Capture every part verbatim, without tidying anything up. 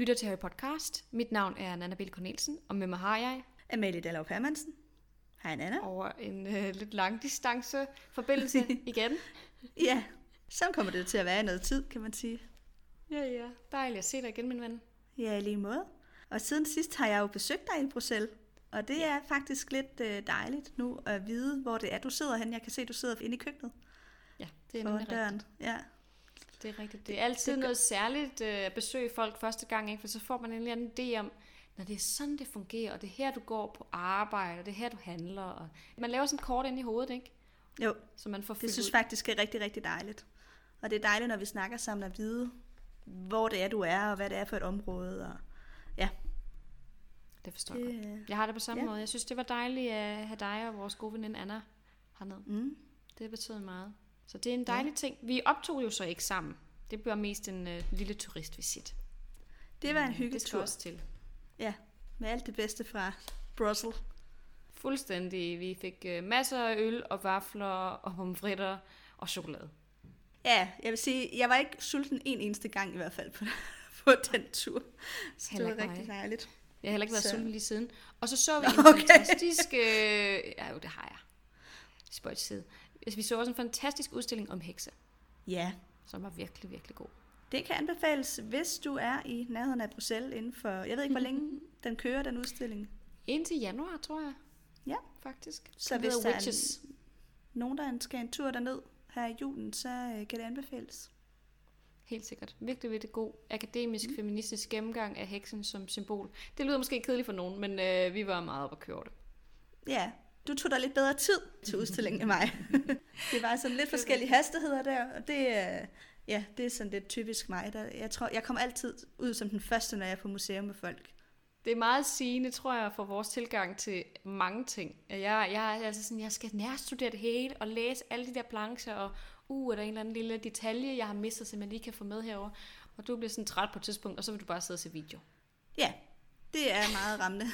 lytter til Harry Podcast. Mit navn er Nanna Bill Cornelsen, og med mig har jeg... Amalie Dallov Hermansen. Hej Nanna. Over en øh, lidt lang distance forbindelse igen. Ja, så kommer det til at være i noget tid, kan man sige. Ja, ja. Dejligt at se dig igen, min ven. Ja, i lige måde. Og siden sidst har jeg jo besøgt dig i Bruxelles. Og det er faktisk lidt øh, dejligt nu at vide, hvor det er, du sidder hen. Jeg kan se, at du sidder inde i køkkenet. Ja, det er nemlig rigtigt. Ja. Det er rigtigt. Det er altid det noget særligt øh, at besøge folk første gang, ikke? For så får man en eller anden idé om, når det er sådan, det fungerer, og det er her, du går på arbejde, og det er her, du handler. Og man laver sådan et kort ind i hovedet, ikke? Jo, så man får det synes ud. faktisk er rigtig, rigtig dejligt. Og det er dejligt, når vi snakker sammen at vide, hvor det er, du er, og hvad det er for et område. Og ja. Det forstår jeg det, godt. Jeg har det på samme ja. måde. Jeg synes, det var dejligt at have dig og vores gode veninde Anna hernede. Mm. Det betød meget. Så det er en dejlig ja. ting. Vi optog jo så ikke sammen. Det bliver mest en uh, lille turistvisit. Det var en hyggetur. Det skal også til. Ja, med alt det bedste fra Bruxelles. Fuldstændig. Vi fik uh, masser af øl og vafler og pomfritter og chokolade. Ja, jeg vil sige, jeg var ikke sulten en eneste gang i hvert fald på, på den tur. Så det var rigtig dejligt. Jeg har heller ikke været så. sulten lige siden. Og så så vi okay. en fantastisk... Øh, ja, jo, det har jeg. Spøjt side. Vi så også en fantastisk udstilling om hekse. Ja. Som var virkelig, virkelig god. Det kan anbefales, hvis du er i nærheden af Bruxelles inden for... Jeg ved ikke, hvor længe den kører, den udstilling. Indtil januar, tror jeg. Ja. Faktisk. Så hvis der er nogen, der skal en tur derned her i julen, så kan det anbefales. Helt sikkert. Virkelig, virkelig god akademisk, mm. feministisk gennemgang af heksen som symbol. Det lyder måske kedeligt for nogen, men øh, vi var meget op at køre det. Ja, du tog dig lidt bedre tid til udstillingen end mig. Det var sådan lidt forskellige hastigheder der, og det, øh, ja, det er sådan lidt typisk mig. Der, jeg tror, jeg kommer altid ud som den første, når jeg er på museum med folk. Det er meget sigende, tror jeg, for vores tilgang til mange ting. Jeg, jeg er altså sådan, jeg skal nærstudere det hele og læse alle de der plancher, og uh, er der en eller anden lille detalje, jeg har mistet, som jeg lige kan få med herover. Og du bliver sådan træt på et tidspunkt, og så vil du bare sidde og se video. Ja, det er meget rammende.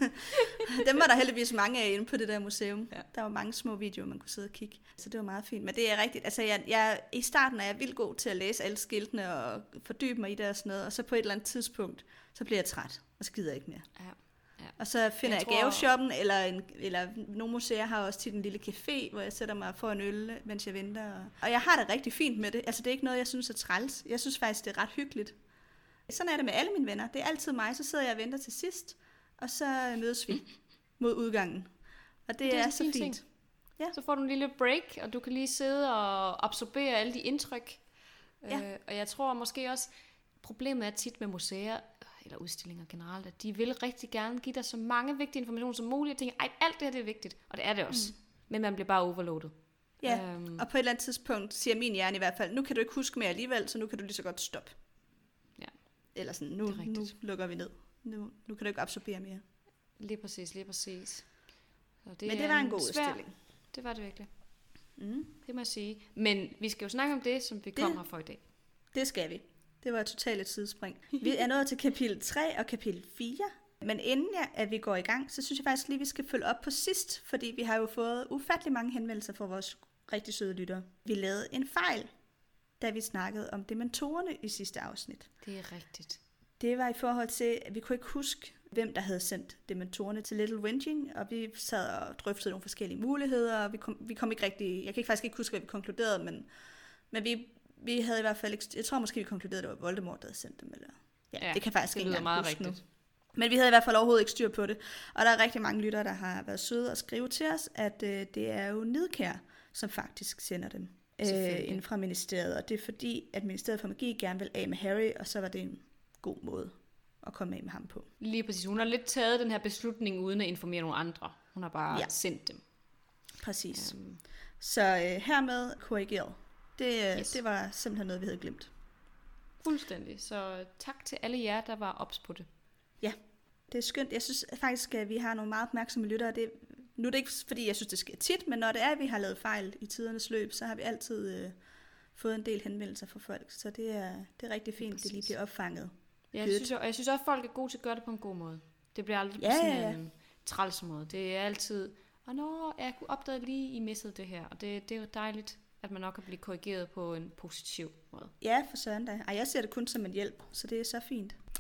Dem var der heldigvis mange af inde på det der museum. Ja. Der var mange små videoer, man kunne sidde og kigge. Så det var meget fint. Men det er rigtigt. Altså, jeg, jeg, i starten er jeg vildt god til at læse alle skiltene og fordybe mig i det og sådan noget. Og så på et eller andet tidspunkt, så bliver jeg træt, og så gider jeg ikke mere. Ja. Ja. Og så finder jeg, jeg tror... gaveshoppen, eller, en, eller nogle museer har også tit en lille café, hvor jeg sætter mig og får en øl, mens jeg venter. Og, og jeg har det rigtig fint med det. Altså, det er ikke noget, jeg synes er træls. Jeg synes faktisk, det er ret hyggeligt. Sådan er det med alle mine venner. Det er altid mig, så sidder jeg og venter til sidst, og så mødes vi mod udgangen. Og det, det er, er så fint. Ting. Ja. Så får du en lille break, og du kan lige sidde og absorbere alle de indtryk. Ja. Øh, og jeg tror måske også, problemet er tit med museer, eller udstillinger generelt, at de vil rigtig gerne give dig så mange vigtige informationer som muligt. Jeg tænker, ej, alt det her det er vigtigt, og det er det også. Mm. Men man bliver bare overloadet. Ja, øhm. og på et eller andet tidspunkt siger min hjerne i hvert fald, nu kan du ikke huske mere alligevel, så nu kan du lige så godt stoppe. Ja. Eller sådan, nu, nu lukker vi ned. Nu, nu kan du ikke absorbere mere. Lige præcis, lige præcis. Så det Men det var en god svær... udstilling. Det var det virkelig. Mm. Det må jeg sige. Men vi skal jo snakke om det, som vi det, kommer for i dag. Det skal vi. Det var totalt et sidespring. Vi er nået til kapitel tre og kapitel fire. Men inden ja, at vi går i gang, så synes jeg faktisk lige, at vi skal følge op på sidst. Fordi vi har jo fået ufattelig mange henvendelser fra vores rigtig søde lyttere. Vi lavede en fejl, da vi snakkede om dementorerne i sidste afsnit. Det er rigtigt. Det var i forhold til, at vi kunne ikke huske, hvem der havde sendt dementorerne til Little Whinging, og vi sad og drøftede nogle forskellige muligheder, og vi kom, vi kom ikke rigtig, jeg kan faktisk ikke huske, hvad vi konkluderede, men, men vi, vi havde i hvert fald ikke, jeg tror måske, vi konkluderede, at det var Voldemort, der havde sendt dem, eller ja, ja det kan faktisk ikke engang huske rigtigt. Nu. Men vi havde i hvert fald overhovedet ikke styr på det, og der er rigtig mange lyttere, der har været søde og skrive til os, at øh, det er jo Nidkær, som faktisk sender dem øh, inden fra ministeriet, og det er fordi, at Ministeriet for Magi gerne vil af med Harry, og så var det en god måde at komme af med ham på. Lige præcis. Hun har lidt taget den her beslutning uden at informere nogle andre. Hun har bare ja. sendt dem. Præcis. Um. Så øh, hermed korrigeret. Det, yes. det var simpelthen noget, vi havde glemt. Fuldstændig. Så tak til alle jer, der var ops på det. Ja, det er skønt. Jeg synes faktisk, at vi har nogle meget opmærksomme lyttere. Det, nu er det ikke, fordi jeg synes, det sker tit, men når det er, at vi har lavet fejl i tidernes løb, så har vi altid øh, fået en del henvendelser fra folk. Så det er, det er rigtig fint, at det lige bliver opfanget. Ja, jeg synes, og jeg synes også, at folk er gode til at gøre det på en god måde. Det bliver aldrig ja, på sådan ja, ja. en træls måde. Det er altid, og nå, jeg kunne opdage lige, I missede det her. Og det, det er jo dejligt, at man nok kan blive korrigeret på en positiv måde. Ja, for søren da. Ej, jeg ser det kun som en hjælp, så det er så fint.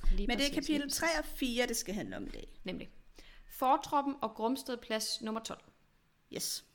Lige Men præcis, det er kapitel tre og fire, det skal handle om i dag. Nemlig. Fortroppen og Grumsted plads nummer tolv. Yes.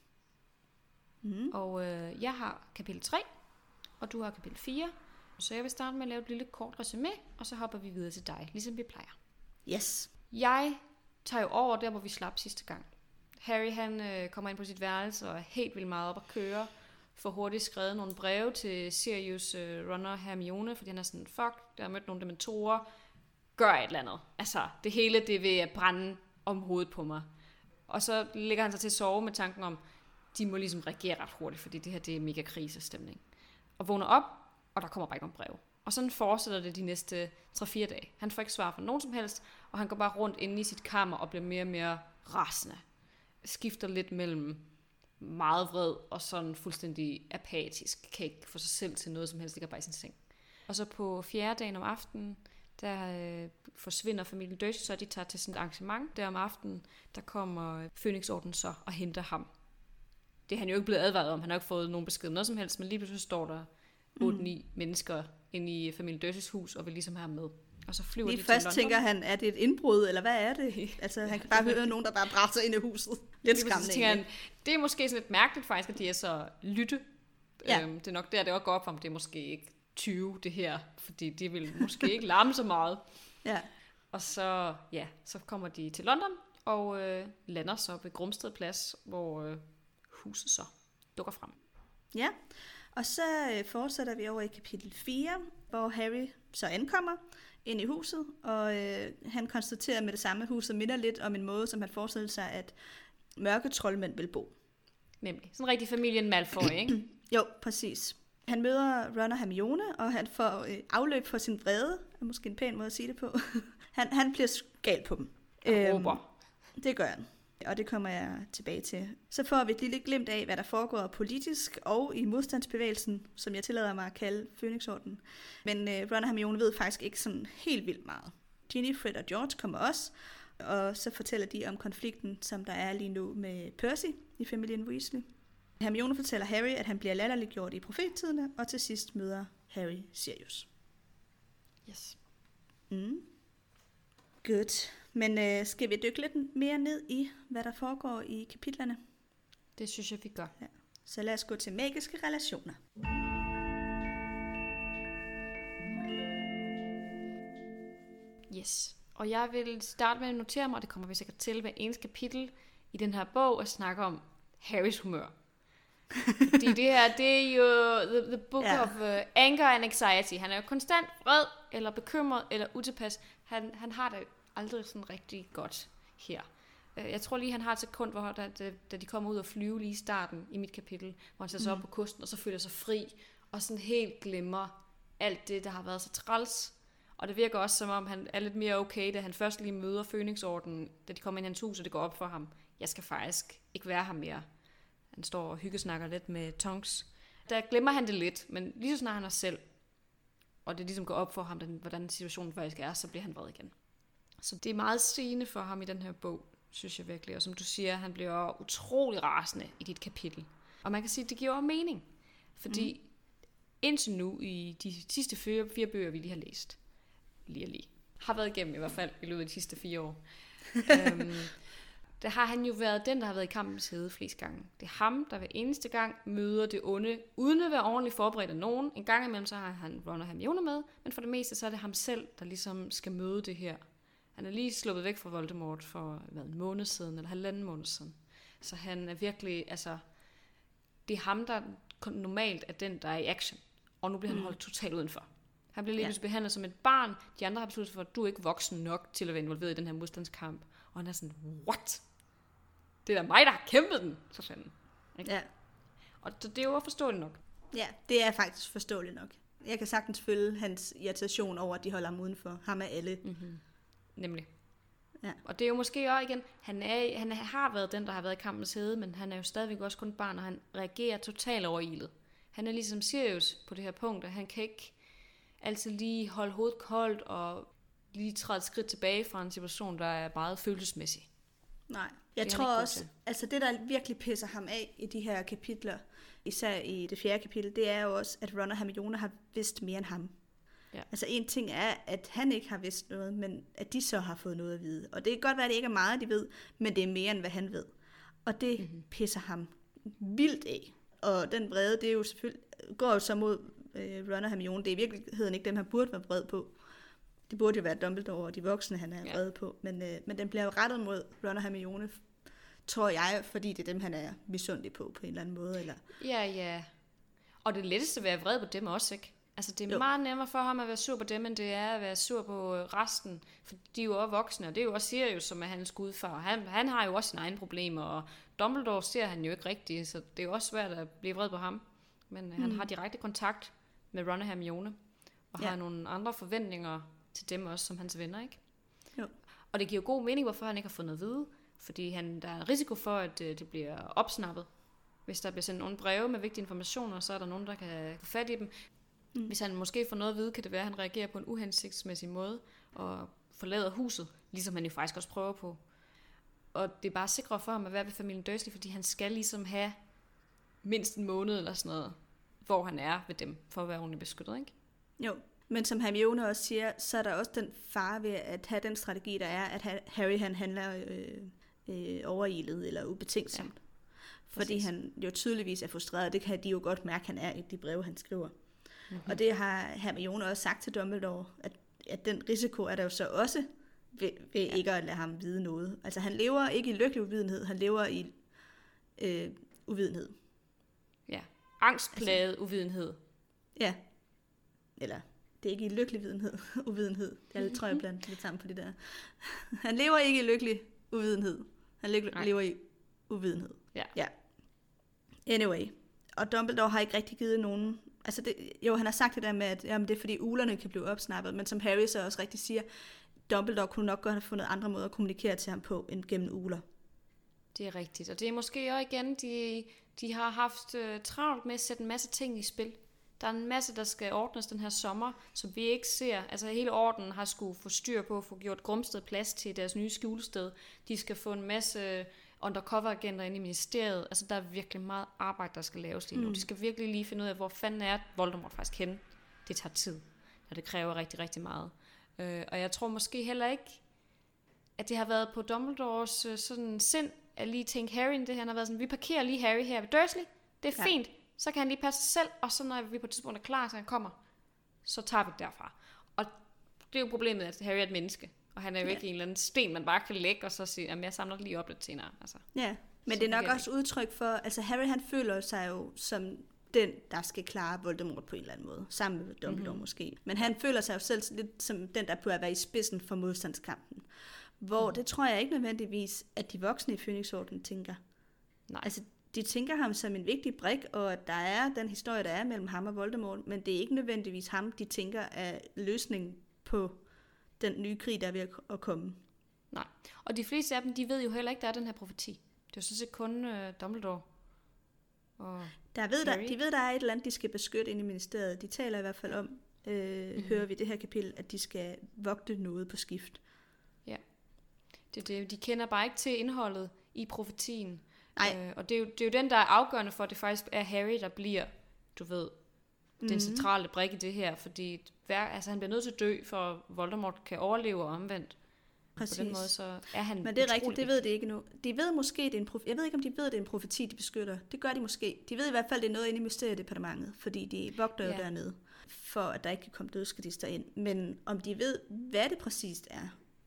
Mm. Og øh, jeg har kapitel tre, og du har kapitel fire. Så jeg vil starte med at lave et lille kort resumé, og så hopper vi videre til dig, ligesom vi plejer. Yes. Jeg tager jo over der, hvor vi slap sidste gang. Harry han øh, kommer ind på sit værelse og er helt vildt meget op at køre. Får hurtigt skrevet nogle breve til Sirius øh, Runner Hermione, fordi han er sådan, fuck, der har mødt nogle dementorer. Gør et eller andet. Altså, det hele det vil brænde om hovedet på mig. Og så lægger han sig til at sove med tanken om, de må ligesom reagere ret hurtigt, fordi det her det er mega krisestemning. Og vågner op, og der kommer bare ikke nogen brev. Og sådan fortsætter det de næste tre fire dage. Han får ikke svar fra nogen som helst, og han går bare rundt inde i sit kammer og bliver mere og mere rasende. Skifter lidt mellem meget vred og sådan fuldstændig apatisk. Kan ikke få sig selv til noget som helst, ligger bare i sin seng. Og så på fjerde dagen om aftenen, der øh, forsvinder familien Dursley, så de tager til sådan et arrangement. Der om aftenen, der kommer Fønixordenen så og henter ham. Det er han jo ikke blevet advaret om. Han har ikke fået nogen besked noget som helst, men lige pludselig står der otte ni mm. mennesker inde i familien Dursleys hus og vil ligesom have ham med. Og så flyver lige de til London. Først tænker han, er det et indbrud, eller hvad er det? Altså, han kan bare høre nogen, der bare brænder ind i huset. Lidt skræmmende. Han, det er måske sådan lidt mærkeligt faktisk, at de er så lytte. Ja. Øhm, det er nok der, det også går op for ham. Det er måske ikke tyve, det her. Fordi de vil måske ikke larme så meget. Ja. Og så, ja, så kommer de til London og øh, lander så ved Grumsted Plads, hvor øh, huset så dukker frem. Ja, og så øh, fortsætter vi over i kapitel fire, hvor Harry så ankommer ind i huset, og øh, han konstaterer med det samme, at huset minder lidt om en måde, som han forestillede sig, at mørke troldmænd vil bo. Nemlig. Sådan rigtig familien Malfoy, ikke? Jo, præcis. Han møder Ron og Hermione, og han får øh, afløb for sin vrede, er måske en pæn måde at sige det på. han, han bliver gal på dem. Og råber. Øhm, det gør han. Og det kommer jeg tilbage til. Så får vi et lille glimt af, hvad der foregår politisk og i modstandsbevægelsen, som jeg tillader mig at kalde Fønixordenen. Men øh, Ron og Hermione ved faktisk ikke sådan helt vildt meget. Ginny, Fred og George kommer også, og så fortæller de om konflikten, som der er lige nu med Percy i familien Weasley. Hermione fortæller Harry, at han bliver latterliggjort i profettiderne, og til sidst møder Harry Sirius. Yes. Mm. Good. Men øh, skal vi dykke lidt mere ned i, hvad der foregår i kapitlerne? Det synes jeg, vi gør. Ja. Så lad os gå til magiske relationer. Yes. Og jeg vil starte med at notere mig, og det kommer vi sikkert til hver eneste kapitel i den her bog, at snakke om Harrys humør. Fordi det her, det er jo the, the book ja. of uh, anger and anxiety. Han er jo konstant vred, eller bekymret, eller utilpas. Han, han har det aldrig sådan rigtig godt her. Jeg tror lige, han har et sekund, hvor da, da de kommer ud og flyve lige i starten i mit kapitel, hvor han sætter sig mm. op på kysten, og så føler sig fri, og sådan helt glemmer alt det, der har været så træls. Og det virker også, som om han er lidt mere okay, da han først lige møder Fønixordenen, da de kommer ind i hans hus, og det går op for ham. Jeg skal faktisk ikke være her mere. Han står og hyggesnakker lidt med Tonks. Der glemmer han det lidt, men lige så snart han er selv, og det ligesom går op for ham, den, hvordan situationen faktisk er, så bliver han vred igen. Så det er meget sigende for ham i den her bog, synes jeg virkelig. Og som du siger, han bliver utrolig rasende i dit kapitel. Og man kan sige, at det giver også mening. Fordi mm. indtil nu, i de sidste fire, fire bøger, vi lige har læst, lige og lige, har været igennem i hvert fald i løbet af de sidste fire år, øhm, der har han jo været den, der har været i kampens hede flest gange. Det er ham, der hver eneste gang møder det onde, uden at være ordentligt forberedt af nogen. En gang imellem, så har han Ron og Hermione med, men for det meste, så er det ham selv, der ligesom skal møde det her. Han er lige sluppet væk fra Voldemort for hvad, en måned siden, eller halvanden måned siden. Så han er virkelig, altså, det er ham, der normalt er den, der er i action. Og nu bliver han mm. holdt totalt udenfor. Han bliver lige pludselig ja. behandlet som et barn. De andre har besluttet for, at du er ikke voksen nok til at være involveret i den her modstandskamp. Og han er sådan, what? Det er da mig, der har kæmpet den, for fanden. Ikke? Ja. Og det er jo forståeligt nok. Ja, det er faktisk forståeligt nok. Jeg kan sagtens følge hans irritation over, at de holder ham udenfor. Ham er alle. Mm-hmm. Nemlig. Ja. Og det er jo måske også igen, han, er, han har været den, der har været i kampens hede, men han er jo stadigvæk også kun barn, og han reagerer totalt overilet. Han er ligesom Sirius på det her punkt, at han kan ikke altid lige holde hovedet koldt, og lige træde et skridt tilbage fra en situation, der er meget følelsesmæssig. Nej, jeg det tror også, altså det der virkelig pisser ham af i de her kapitler, især i det fjerde kapitel, det er jo også, at Ron og Hermione har vidst mere end ham. Ja. Altså en ting er, at han ikke har vidst noget, men at de så har fået noget at vide. Og det kan godt være, at det ikke er meget, de ved, men det er mere, end hvad han ved. Og det mm-hmm. pisser ham vildt af. Og den vrede, det er jo selvfølgelig, går jo så mod øh, Ron og Hermione. Det er i virkeligheden ikke dem, han burde være vred på. Det burde jo være Dumbledore og de voksne, han er vred på. Men, øh, men den bliver jo rettet mod Ron og Hermione, tror jeg, fordi det er dem, han er misundelig på, på en eller anden måde. Eller... Ja, ja. Og det letteste at være vred på dem også, ikke? Altså, det er jo. meget nemmere for ham at være sur på dem, end det er at være sur på resten. For de er jo også voksne, og det er jo også Sirius, som er hans gudfar. Han, han har jo også sine egne problemer, og Dumbledore ser han jo ikke rigtigt, så det er jo også svært at blive vred på ham. Men mm. han har direkte kontakt med Ron og Hermione, og ja. har nogle andre forventninger til dem også, som hans venner, ikke? Jo. Og det giver jo god mening, hvorfor han ikke har fået noget at vide. Fordi han, der er en risiko for, at det bliver opsnappet. Hvis der bliver sendt nogle breve med vigtige informationer, så er der nogen, der kan få fat i dem. Mm. Hvis han måske får noget at vide, kan det være, at han reagerer på en uhensigtsmæssig måde og forlader huset, ligesom han jo faktisk også prøver på. Og det er bare sikrere for ham at være ved familien Dursley, fordi han skal ligesom have mindst en måned eller sådan noget, hvor han er ved dem, for at være ordentligt beskyttet, ikke? Jo, men som Hermione også siger, så er der også den fare ved at have den strategi, der er, at Harry han handler øh, øh, overilet eller ubetænksomt. Ja, fordi han jo tydeligvis er frustreret, det kan de jo godt mærke, han er i de breve, han skriver. Mm-hmm. Og det har Hermione også sagt til Dumbledore, at, at den risiko er der jo så også ved, ved ja. ikke at lade ham vide noget. Altså han lever ikke i lykkelig uvidenhed, han lever i øh, uvidenhed. Ja, angstplaget altså, uvidenhed. Ja, eller det er ikke i lykkelig videnhed, uvidenhed. Jeg tror, jeg blandt lidt sammen på det der. Han lever ikke i lykkelig uvidenhed. Han le- lever i uvidenhed. Ja. ja. Anyway. Og Dumbledore har ikke rigtig givet nogen... Altså det, jo, han har sagt det der med, at jamen, det er fordi ulerne kan blive opsnappet, men som Harry så også rigtig siger, Dumbledore kunne nok godt have fundet andre måder at kommunikere til ham på, end gennem uler. Det er rigtigt, og det er måske også igen, de, de har haft uh, travlt med at sætte en masse ting i spil. Der er en masse, der skal ordnes den her sommer, som vi ikke ser. Altså hele orden har skulle få styr på at få gjort Grumsted plads til deres nye skjulested. De skal få en masse undercover-agenter inde i ministeriet. Altså der er virkelig meget arbejde, der skal laves lige nu. Mm. De skal virkelig lige finde ud af, hvor fanden er Voldemort faktisk henne. Det tager tid, og det kræver rigtig, rigtig meget. Øh, og jeg tror måske heller ikke, at det har været på Dumbledores øh, sådan sind, at lige tænke Harry det. Han har været sådan, vi parkerer lige Harry her ved Dursley. Det er ja. fint. Så kan han lige passe sig selv, og så når vi på et tidspunkt er klar, så han kommer, så tager vi det derfra. Og det er jo problemet, at Harry er et menneske, og han er jo ja. ikke en eller anden sten, man bare kan lægge, og så sige, at jeg samler lige op lidt senere. Altså, ja, men det er nok også udtryk for, altså Harry han føler sig jo som den, der skal klare Voldemort på en eller anden måde, sammen med Dumbledore mm-hmm. måske. Men han føler sig jo selv lidt som den, der burde være i spidsen for modstandskampen. Hvor mm. det tror jeg ikke nødvendigvis, at de voksne i Phoenix-ordenen tænker. Nej. Altså, de tænker ham som en vigtig brik, og at der er den historie, der er mellem ham og Voldemort, men det er ikke nødvendigvis ham, de tænker er løsningen på den nye krig, der er ved at komme. Nej, og de fleste af dem, de ved jo heller ikke, der er den her profeti. Det er jo sådan set kun uh, Dumbledore og der ved der, de ved, der er et eller andet, de skal beskytte inde i ministeriet. De taler i hvert fald om, øh, mm-hmm. hører vi det her kapitel, at de skal vogte noget på skift. Ja, det, det, de kender bare ikke til indholdet i profetien. Øh, og det er, jo, det er jo den, der er afgørende for, at det faktisk er Harry, der bliver, du ved, den mm-hmm. centrale brik i det her, fordi hver, altså, han bliver nødt til at dø, for Voldemort kan overleve og omvendt. Præcis. På den måde, så er han men det er rigtigt, det ved de ikke nu. De ved måske, det er en prof- jeg ved ikke, om de ved, det er en profeti, de beskytter. Det gør de måske. De ved i hvert fald, det er noget inde i mysteriedepartementet, fordi de vogter jo ja. dernede, for at der ikke kan komme dødskadister ind. Men om de ved, hvad det præcist er,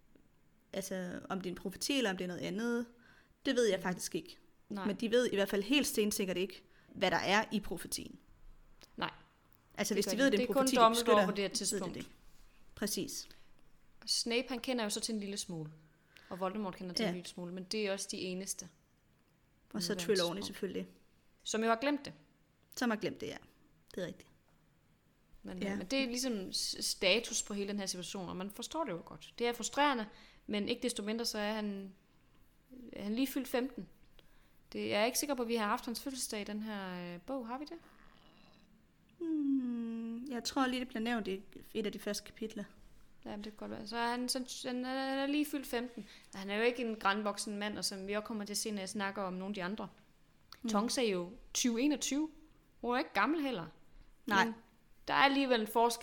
altså om det er en profeti, eller om det er noget andet, det ved jeg faktisk ikke. Nej. Men de ved i hvert fald helt stensikkert ikke, hvad der er i profetien. Nej. Altså hvis de ved, det er en profeti, de beskytter, på det her tidspunkt. Det. Præcis. Snape, han kender jo så til en lille smule, og Voldemort kender til ja. en lille smule, men det er også de eneste. Og så Trelawney selvfølgelig. Som jo har glemt det. Som har glemt det, ja. Det er rigtigt. Men, ja. men det er ligesom status på hele den her situation, og man forstår det jo godt. Det er frustrerende, men ikke desto mindre, så er han, er han lige fyldt femten. Det jeg er ikke sikker på, at vi har haft hans fødselsdag i den her øh, bog. Har vi det? Hmm, jeg tror lige, det bliver nævnt i et af de første kapitler. Ja, det kan godt være. Så er han, så, han er lige fyldt femten. Han er jo ikke en grandvoksen mand, og som vi også kommer til at se, når jeg snakker om nogle af de andre. Mm. Tonks er jo tyve enogtyve. Hun er ikke gammel heller. Nej. Men der er alligevel en forskel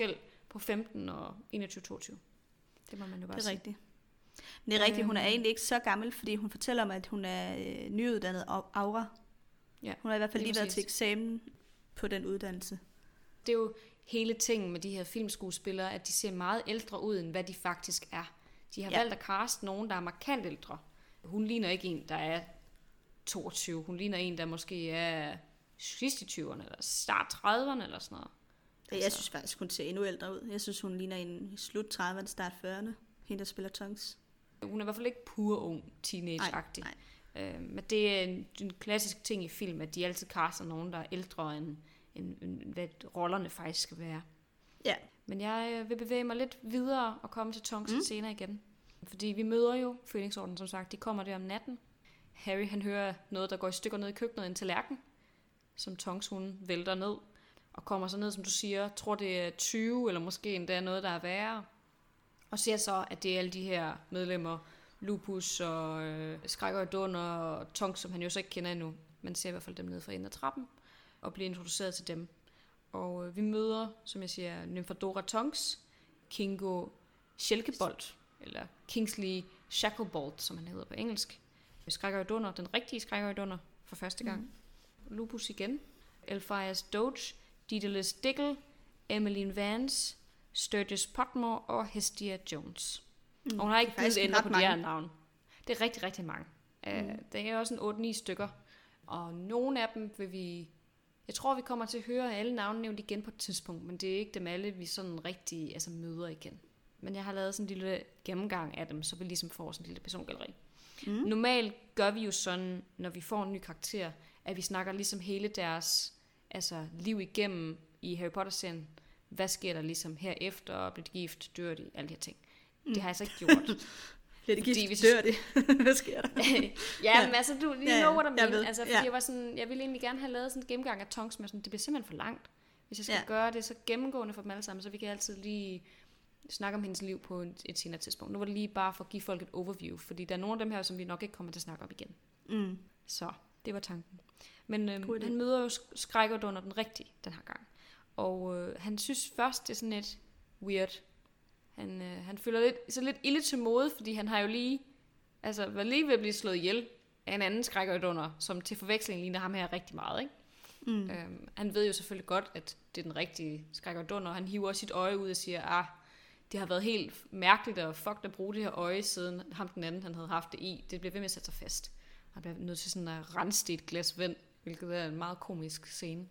på femten og enogtyve toogtyve. Det må man jo bare Det er sige. rigtigt. Men det er rigtigt, hun er egentlig ikke så gammel, fordi hun fortæller mig, at hun er øh, nyuddannet aura. Ja, Hun har i hvert fald lige, lige været præcis. til eksamen på den uddannelse. Det er jo hele tingen med de her filmskuespillere, at de ser meget ældre ud, end hvad de faktisk er. De har ja. valgt at caste nogen, der er markant ældre. Hun ligner ikke en, der er toogtyve. Hun ligner en, der måske er sidst i tyverne, eller start trediverne, eller sådan noget. Ja, jeg synes faktisk, hun ser endnu ældre ud. Jeg synes, hun ligner en slut trediverne, start fyrrerne. Hende, der spiller Tonks. Hun er i hvert fald ikke pur ung, teenage-agtig. Nej, nej. Øh, men det er en, en klassisk ting i film, at de altid caster nogen, der er ældre, end, end, end hvad rollerne faktisk skal være. Ja. Men jeg vil bevæge mig lidt videre og komme til Tonks mm. senere igen. Fordi vi møder jo Fønixordenen, som sagt. De kommer der om natten. Harry, han hører noget, der går i stykker ned i køkkenet, en tallerken, som Tonks, hun vælter ned. Og kommer så ned, som du siger, tror det er tyve, eller måske endda noget, der er værre. Og ser så, at det er alle de her medlemmer, Lupus og øh, Skrækker og Dunder og Tonks, som han jo så ikke kender endnu. Man ser i hvert fald dem nede fra enden af trappen, og bliver introduceret til dem. Og øh, vi møder, som jeg siger, Nymphadora Tonks, Kingo Shelkebolt, eller Kingsley Shacklebolt, som han hedder på engelsk. Skrækker og Dunder, den rigtige Skrækker og Dunder, for første gang. Mm. Lupus igen. Elphias Doge, Daedalus Diggle, Emmeline Vance, Sturgis Potmore og Hestia Jones. Mm, og hun har ikke givet ændre på de her navn. Det er rigtig, rigtig mange. Mm. Uh, det er også en otte ni stykker. Og nogle af dem vil vi... Jeg tror, vi kommer til at høre alle navne nævnt igen på et tidspunkt, men det er ikke dem alle, vi sådan rigtig altså, møder igen. Men jeg har lavet sådan en lille gennemgang af dem, så vi ligesom får sådan en lille persongalleri. Mm. Normalt gør vi jo sådan, når vi får en ny karakter, at vi snakker ligesom hele deres altså, liv igennem i Harry Potter-serien. Hvad sker der ligesom herefter? Bliver de gift? Dør de? Alle de her ting. Mm. Det har jeg så ikke gjort. Bliver de gift? Hvis dør de? Hvad sker der? ja, men altså, du, you ja, know what I mean. Jeg altså, fordi ja. jeg var sådan, jeg ville egentlig gerne have lavet sådan en gennemgang af Tonks, men sådan, det bliver simpelthen for langt. Hvis jeg skal ja. gøre det så gennemgående for dem alle sammen, så vi kan altid lige snakke om hendes liv på et, et senere tidspunkt. Nu var det lige bare for at give folk et overview, fordi der er nogle af dem her, som vi nok ikke kommer til at snakke om igen. Mm. Så, det var tanken. Men øhm, han møder jo Skrækker under den rigtige den her gang. Og øh, han synes først, det er sådan lidt weird. Han, øh, han føler lidt, så lidt ille til mode, fordi han har jo lige, altså var lige ved at blive slået ihjel af en anden Skrækker under, som til forveksling ligner ham her rigtig meget, ikke? Mm. Øhm, han ved jo selvfølgelig godt, at det er den rigtige Skrækker under, og han hiver sit øje ud og siger, ah, det har været helt mærkeligt og fucked at bruge det her øje, siden ham den anden, han havde haft det i. Det bliver ved med at sætte sig fast. Han bliver nødt til sådan at rense et glas vand, hvilket er en meget komisk scene.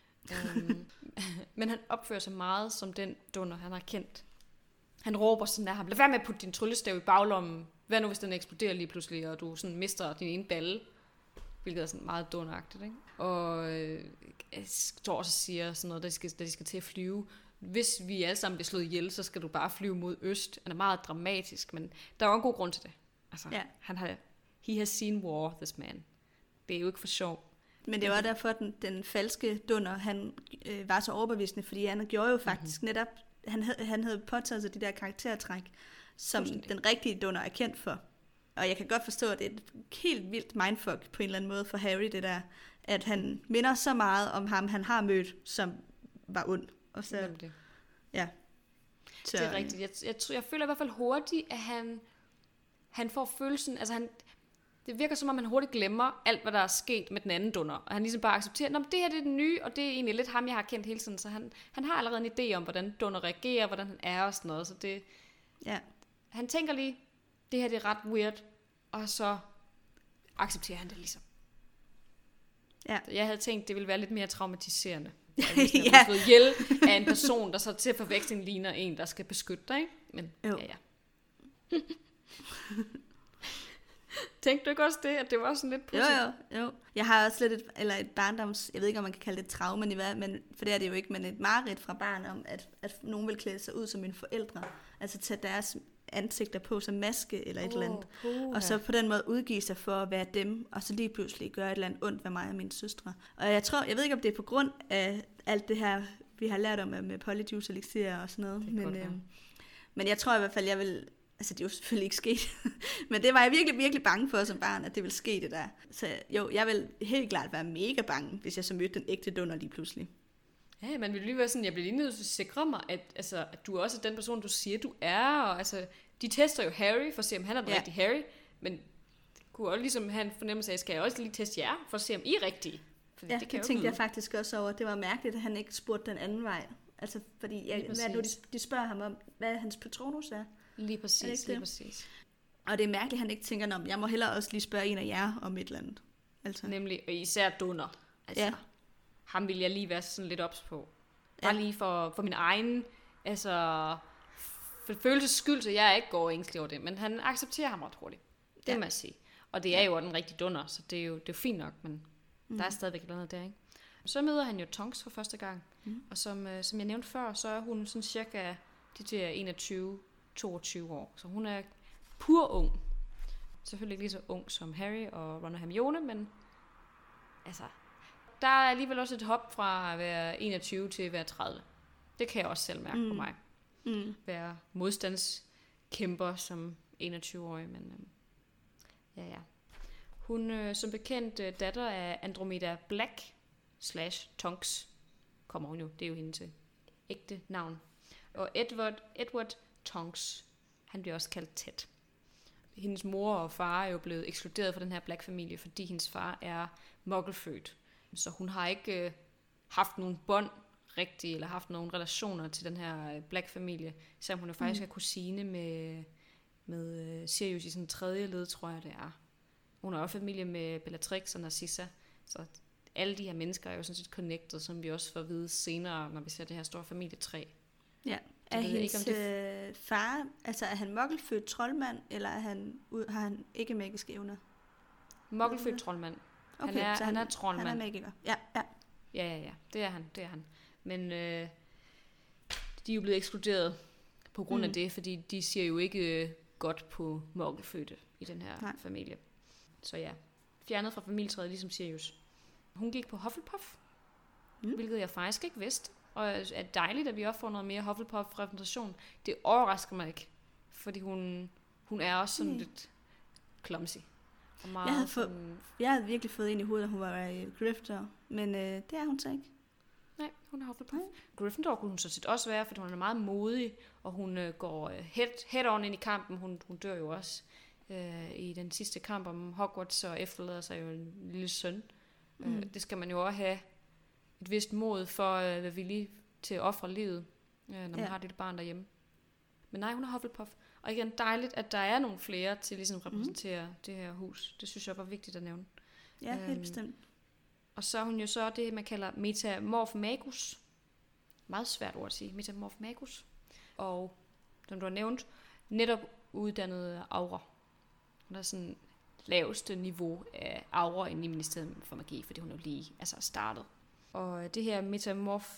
um, men han opfører sig meget som den Dunder, han har kendt. Han råber sådan af ham, lad være med at putte din tryllestav i baglommen. Hvad nu, hvis den eksploderer lige pludselig, og du sådan mister din ene balle? Hvilket er sådan meget Dunderagtigt, ikke? Og øh, jeg står også og siger sådan noget, da de, skal, da de skal til at flyve. Hvis vi alle sammen bliver slået ihjel, så skal du bare flyve mod øst. Han er meget dramatisk, men der er jo en god grund til det. Altså, ja. han har, he has seen war, this man. Det er jo ikke for sjov. Men det var derfor, at den, den falske Dunder, han øh, var så overbevisende, fordi han gjorde jo faktisk mm-hmm. netop, han, han havde påtaget sig de der karaktertræk, som den rigtige Dunder er kendt for. Og jeg kan godt forstå, at det er et helt vildt mindfuck på en eller anden måde for Harry, det der, at han minder så meget om ham, han har mødt, som var ond. Og så, det. Ja. Så, det er rigtigt. Jeg, jeg, jeg føler i hvert fald hurtigt, at han, han får følelsen, altså han, det virker som om, han hurtigt glemmer alt, hvad der er sket med den anden Dunder. Og han ligesom bare accepterer, at det her det er den nye, og det er egentlig lidt ham, jeg har kendt hele tiden. Så han, han har allerede en idé om, hvordan Dunder reagerer, hvordan han er og sådan noget. Så det, ja. Han tænker lige, det her det er ret weird, og så accepterer han det ligesom. Ja. Så jeg havde tænkt, det ville være lidt mere traumatiserende. Hvis man ja. slået ihjel af en person, der så til forveksling ligner en, der skal beskytte dig, ikke? Men jo. ja, ja. Tænkte du ikke også det, at det var sådan lidt pudsigt? Jo, jo, jo. Jeg har også lidt et, eller et barndoms, jeg ved ikke, om man kan kalde det et traume, men, for det er det jo ikke, men et mareridt fra barn om, at, at nogen vil klæde sig ud som mine forældre. Altså tage deres ansigter på som maske eller et oh, eller andet. Puh, og så på den måde udgive sig for at være dem, og så lige pludselig gøre et eller andet ondt ved mig og mine søstre. Og jeg tror, jeg ved ikke, om det er på grund af alt det her, vi har lært om med polyjuice elixir og sådan noget. Men, øhm, men jeg tror i hvert fald, jeg vil... Altså, det er jo selvfølgelig ikke sket. Men det var jeg virkelig, virkelig bange for som barn, at det ville ske det der. Så jo, jeg vil helt klart være mega bange, hvis jeg så mødte den ægte Dunder lige pludselig. Ja, man vil lige være sådan, jeg bliver lige nødt til at sikre mig, at, altså, at du også er den person, du siger, du er. Og, altså, de tester jo Harry for at se, om han er den ja. rigtige Harry. Men det kunne også ligesom have en fornemmelse af, skal jeg også lige teste jer, for at se, om I er rigtige. Fordi ja, det, kan det tænkte jeg faktisk også over. Det var mærkeligt, at han ikke spurgte den anden vej. Altså, fordi jeg, hvad nu, de, de spørger ham om, hvad hans Patronus er. Lige præcis, er lige præcis. Og det er mærkeligt, at han ikke tænker, om jeg må hellere også lige spørge en af jer om et eller andet. Altså. Nemlig, og især Dunner. Altså, ja. Ham vil jeg lige være sådan lidt ops på. Bare ja. lige for, for min egen, altså, for følelses skyld, så jeg ikke går ængstelig over det. Men han accepterer ham ret hurtigt. Det ja. må jeg sige. Og det er jo den rigtige Dunner, så det er jo, det er jo fint nok, men mm. der er stadigvæk et eller andet der, ikke? Så møder han jo Tonks for første gang. Mm. Og som, øh, som jeg nævnte før, så er hun sådan cirka de der enogtyve til toogtyve år. Så hun er pur ung. Selvfølgelig ikke lige så ung som Harry og Ron og Hermione, men altså, der er alligevel også et hop fra at være enogtyve til at være tredive. Det kan jeg også selv mærke mm. på mig. Mm. Være modstandskæmper som enogtyve-årig, men øhm, ja, ja. Hun øh, som bekendt øh, datter af Andromeda Black slash Tonks, kommer hun jo, det er jo hende til ægte navn. Og Edward, Edward Tonks, han bliver også kaldt Ted. Hendes mor og far er jo blevet ekskluderet fra den her Black-familie, fordi hendes far er muggelfødt. Så hun har ikke øh, haft nogen bånd rigtigt, eller haft nogle relationer til den her øh, Black-familie, selvom hun jo faktisk mm. er kusine med, med øh, Sirius i sådan tredje led, tror jeg det er. Hun er også familie med Bellatrix og Narcissa, så alle de her mennesker er jo sådan set connected, som vi også får at vide senere, når vi ser det her store familietræ. Ja. Er hendes ikke, det... far, altså er han muggelfødt troldmand, eller er han, har han ikke magiske evner? Muggelfødt troldmand. Okay, han er, så han, han er troldmand. Han er magiker. Ja, ja. Ja, ja, ja. Det er han, det er han. Men øh, de er jo blevet ekskluderet på grund mm. af det, fordi de siger jo ikke øh, godt på muggelfødte i den her Nej. familie. Så ja, fjernet fra familietræet, ligesom Sirius. Hun gik på Hufflepuff, mm. hvilket jeg faktisk ikke vidste. Og er dejligt, at vi også får noget mere Hufflepuff-repræsentation. Det overrasker mig ikke, fordi hun, hun er også sådan mm. lidt clumsy. Og meget jeg, havde sådan... fået, jeg havde virkelig fået ind i hovedet, at hun var i Gryffindor, men øh, det er hun så ikke. Nej, hun er Hufflepuff. Mm. Gryffindor kunne hun så set også være, fordi hun er meget modig, og hun øh, går head, head on ind i kampen. Hun, hun dør jo også øh, i den sidste kamp om Hogwarts, og efterlader sig jo en lille søn. Mm. Øh, det skal man jo også have et vist mod for at være villig til at ofre livet, når man ja. har det barn derhjemme. Men nej, hun er Hufflepuff. Og igen, dejligt, at der er nogle flere til ligesom at repræsentere mm. det her hus. Det synes jeg var vigtigt at nævne. Ja, helt øhm, bestemt. Og så er hun jo så det, man kalder Metamorph Magus. Meget svært ord at sige. Metamorph Magus. Og, som du har nævnt, netop uddannet aura. Hun er sådan laveste niveau af aura inde i Ministeriet for Magi, fordi hun jo lige altså startet. Og det her Metamorph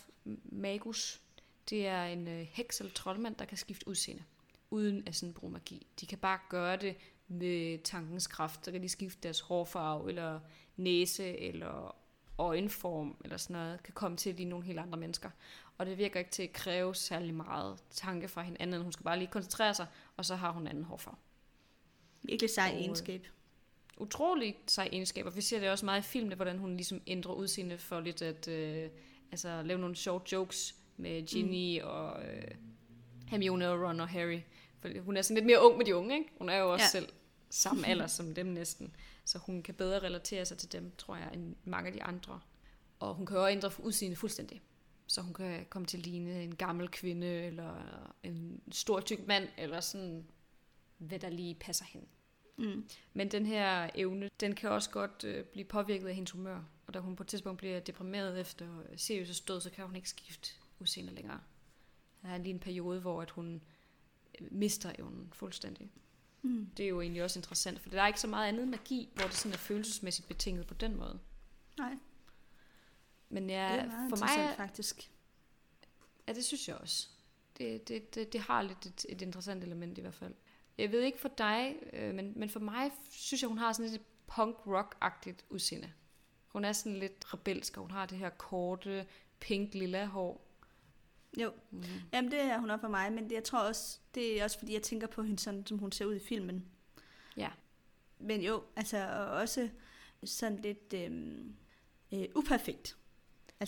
Magus, det er en øh, heks eller troldmand, der kan skifte udseende, uden at sådan bruge magi. De kan bare gøre det med tankens kraft. Så kan de skifte deres hårfarve, eller næse, eller øjenform, eller sådan noget, kan komme til at ligne nogle helt andre mennesker. Og det virker ikke til at kræve særlig meget tanke fra hende anden. Hun skal bare lige koncentrere sig, og så har hun anden hårfarve. Virkelig sej egenskab. Utrolig sej egenskaber. Vi ser det også meget i filmene, hvordan hun ligesom ændrer udseende for lidt at øh, altså, lave nogle sjove jokes med Ginny mm. og øh, Hermione og Ron og Harry. For hun er sådan lidt mere ung med de unge, ikke? Hun er jo også ja. selv samme alder som dem næsten. Så hun kan bedre relatere sig til dem, tror jeg, end mange af de andre. Og hun kan jo også ændre udseende fuldstændig. Så hun kan komme til at ligne en gammel kvinde, eller en stor tyk mand, eller sådan, hvad der lige passer hende. Mm. Men den her evne, den kan også godt øh, blive påvirket af hendes humør. Og da hun på et tidspunkt bliver deprimeret efter Sirius' død, så kan hun ikke skifte udseende længere. Der er lige en periode, hvor at hun mister evnen fuldstændig. Mm. Det er jo egentlig også interessant, for der er ikke så meget andet magi, hvor det sådan er følelsesmæssigt betinget på den måde. Nej. Men ja, det er meget for mig faktisk. Ja, det synes jeg også. Det, det, det, det har lidt et, et interessant element i hvert fald. Jeg ved ikke for dig, øh, men, men for mig synes jeg, hun har sådan et punk-rock-agtigt udseende. Hun er sådan lidt rebelsk, og hun har det her korte, pink, lilla hår. Jo, mm. Jamen det er hun også for mig, men det, jeg tror også, det er også fordi, jeg tænker på hende sådan, som hun ser ud i filmen. Ja. Men jo, altså også sådan lidt øh, øh, uperfekt. Altså, ja.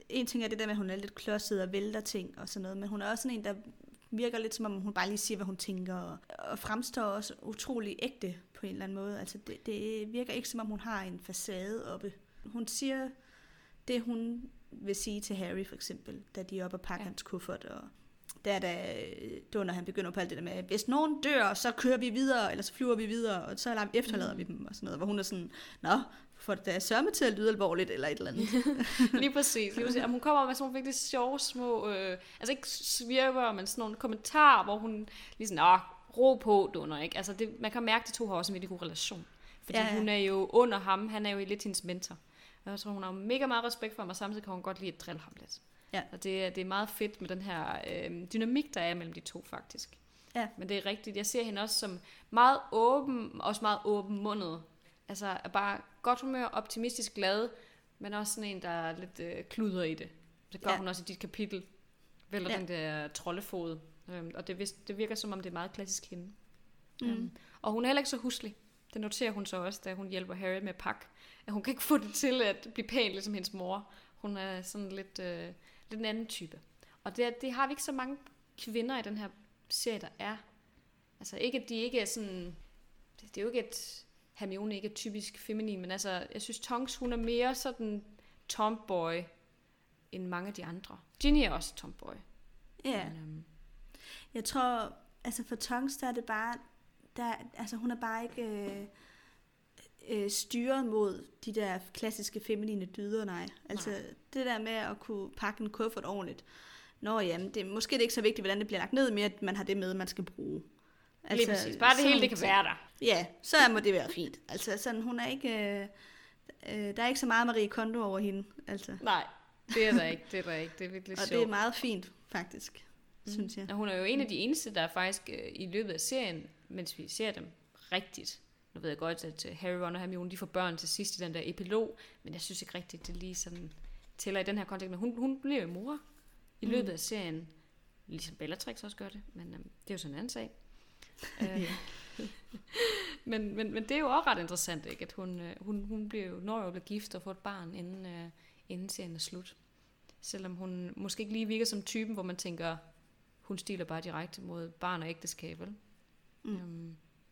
en ting er det der med, at hun er lidt klodset og vælter ting og sådan noget, men hun er også sådan en, der virker lidt som om, hun bare lige siger, hvad hun tænker, og, og fremstår også utrolig ægte på en eller anden måde. Altså det, det virker ikke som om, hun har en facade oppe. Hun siger det, hun vil sige til Harry for eksempel, da de er oppe og pakker ja. hans kuffert, og der da Dunder, han begynder på alt det der med, hvis nogen dør, så kører vi videre, eller så flyver vi videre, og så efterlader mm. vi dem, og sådan noget, hvor hun er sådan, nå, for det er sørme til at lyde alvorligt, eller et eller andet. Lige præcis. Lige præcis. Hun kommer med sådan nogle virkelig sjove små, øh, altså ikke svirper, men sådan nogle kommentarer, hvor hun lige sådan, åh, ro på, Dunder, ikke? Altså det, man kan mærke, at de to har også en virkelig god relation. Fordi ja, ja. hun er jo under ham, han er jo lidt hendes mentor. Og jeg tror, hun har mega meget respekt for ham, og samtidig kan hun godt lide at drille ham lidt. Ja. Og det, det er meget fedt med den her øh, dynamik, der er mellem de to faktisk. Ja. Men det er rigtigt, jeg ser hende også som meget åben, også meget åbenmundet. Altså er bare godt humør, optimistisk glad, men også sådan en, der er lidt øh, kluder i det. Det gør ja. hun også i dit kapitel. Vælger ja. den der troldefod. Øhm, og det, det virker som om, det er meget klassisk hende. Mm. Um, og hun er heller ikke så huslig. Det noterer hun så også, da hun hjælper Harry med at pakke. At hun kan ikke få det til at blive pæn, ligesom hendes mor. Hun er sådan lidt, øh, lidt en anden type. Og det, det har vi ikke så mange kvinder i den her serie, der er. Altså ikke, at de ikke er sådan... Det, det er jo ikke et... Hermione ikke er typisk feminin, men altså, jeg synes, Tonks, hun er mere sådan tomboy, end mange af de andre. Ginny er også tomboy. Ja. Men, um... Jeg tror, altså for Tonks, der er det bare... Der, altså hun er bare ikke... Øh... Øh, styret mod de der klassiske feminine dyder, nej. Altså nej. Det der med at kunne pakke en kuffert ordentligt. Nå jamen, det, måske er det ikke så vigtigt, hvordan det bliver lagt ned, mere at man har det med, man skal bruge. Altså, lige præcis. Bare det hele, det kan være der. Ja, så må det være fint. Altså sådan, hun er ikke... Øh, øh, der er ikke så meget Marie Kondo over hende. Altså. Nej, det er der ikke. Det er der ikke. Det er virkelig sjovt. Og det er meget fint, faktisk, mm. synes jeg. Og hun er jo en af de eneste, der faktisk øh, i løbet af serien, mens vi ser dem rigtigt, nu ved jeg godt, at Harry, Ron og Hermione, de får børn til sidst i den der epilog, men jeg synes ikke rigtigt, det lige sådan tæller i den her kontekst. Men hun, hun bliver jo mor i løbet mm. af serien, ligesom Bellatrix også gør det, men øhm, det er jo sådan en anden sag. uh, men, men, men det er jo også ret interessant, ikke? At hun, øh, hun, hun bliver jo, når hun bliver gift og får et barn, inden, øh, inden serien er slut. Selvom hun måske ikke lige virker som typen, hvor man tænker, hun stiler bare direkte mod barn og ægteskab, vel? Mm. Um,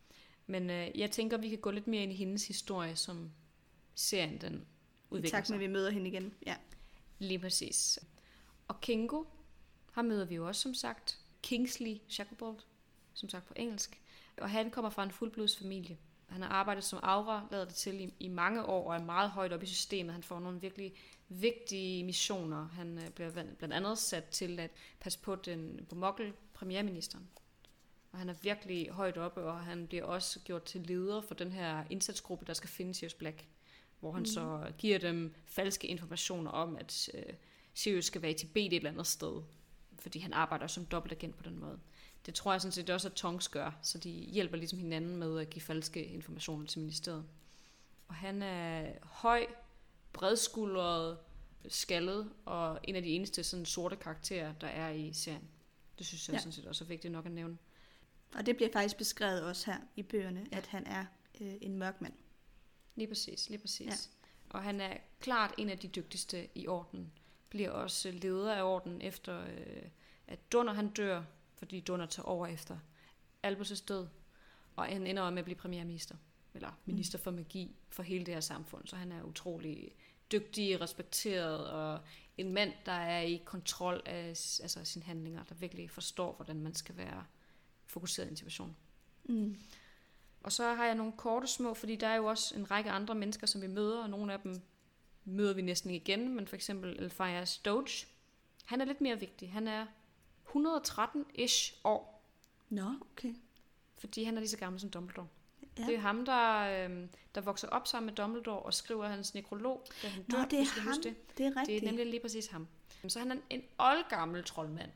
Men øh, jeg tænker, vi kan gå lidt mere ind i hendes historie, som serien den udvikler sig. Tak med, at vi møder hende igen. Ja. Lige præcis. Og Kingo, her møder vi jo også, som sagt, Kingsley Shacklebolt, som sagt på engelsk. Og han kommer fra en fuldblodsfamilie. Han har arbejdet som aura, lader det til i, i mange år, og er meget højt oppe i systemet. Han får nogle virkelig vigtige missioner. Han øh, bliver blandt andet sat til at passe på den på Muggle premierministeren. Og han er virkelig højt oppe, og han bliver også gjort til leder for den her indsatsgruppe, der skal finde Sirius Black. Hvor han mm. så giver dem falske informationer om, at øh, Sirius skal være i Tibet et eller andet sted. Fordi han arbejder som dobbeltagent på den måde. Det tror jeg sådan set også, at Tonks gør. Så de hjælper ligesom hinanden med at give falske informationer til ministeriet. Og han er høj, bredskuldret, skaldet, og en af de eneste sådan sorte karakterer, der er i serien. Det synes jeg ja. sådan set også er vigtigt nok at nævne. Og det bliver faktisk beskrevet også her i bøgerne, ja. at han er øh, en mørk mand. Lige præcis, lige præcis. Ja. Og han er klart en af de dygtigste i ordenen. Bliver også leder af ordenen efter, øh, at Dunder han dør, fordi Dunder tager over efter Albus' død. Og han ender med at blive premierminister, eller minister for magi for hele det her samfund. Så han er utrolig dygtig, respekteret, og en mand, der er i kontrol af altså, sine handlinger, der virkelig forstår, hvordan man skal være fokuseret i en situation. Mm. Og så har jeg nogle korte små, fordi der er jo også en række andre mennesker, som vi møder, og nogle af dem møder vi næsten igen, men for eksempel Elphias Doge. Han er lidt mere vigtig. Han er et hundrede og tretten-ish år. Nå, okay. Fordi han er lige så gammel som Dumbledore. Ja. Det er ham, der, øh, der vokser op sammen med Dumbledore og skriver hans nekrolog, da han dør. Nå, det er ham. Det. det er rigtigt. Det er nemlig lige præcis ham. Så han er en oldgammel troldmand.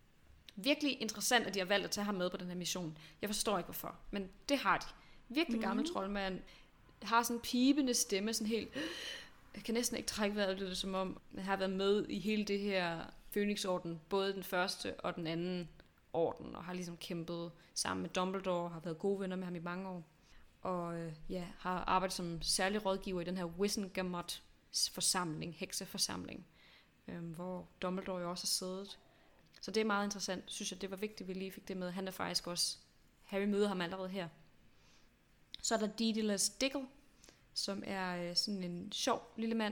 Virkelig interessant, at de har valgt at tage ham med på den her mission. Jeg forstår ikke, hvorfor, men det har de. Virkelig gammel mm. troldmand. Har sådan en pibende stemme, sådan helt... Jeg kan næsten ikke trække vejret, det som om han har været med i hele det her Phoenix-orden, både den første og den anden orden, og har ligesom kæmpet sammen med Dumbledore, har været gode venner med ham i mange år, og øh, ja, har arbejdet som særlig rådgiver i den her Wizengamot forsamling, hekseforsamling, øh, hvor Dumbledore jo også har siddet. Så det er meget interessant, synes jeg, det var vigtigt, at vi lige fik det med. Han er faktisk også, Harry møder ham allerede her. Så er der Daedalus Diggle, som er øh, sådan en sjov lille mand,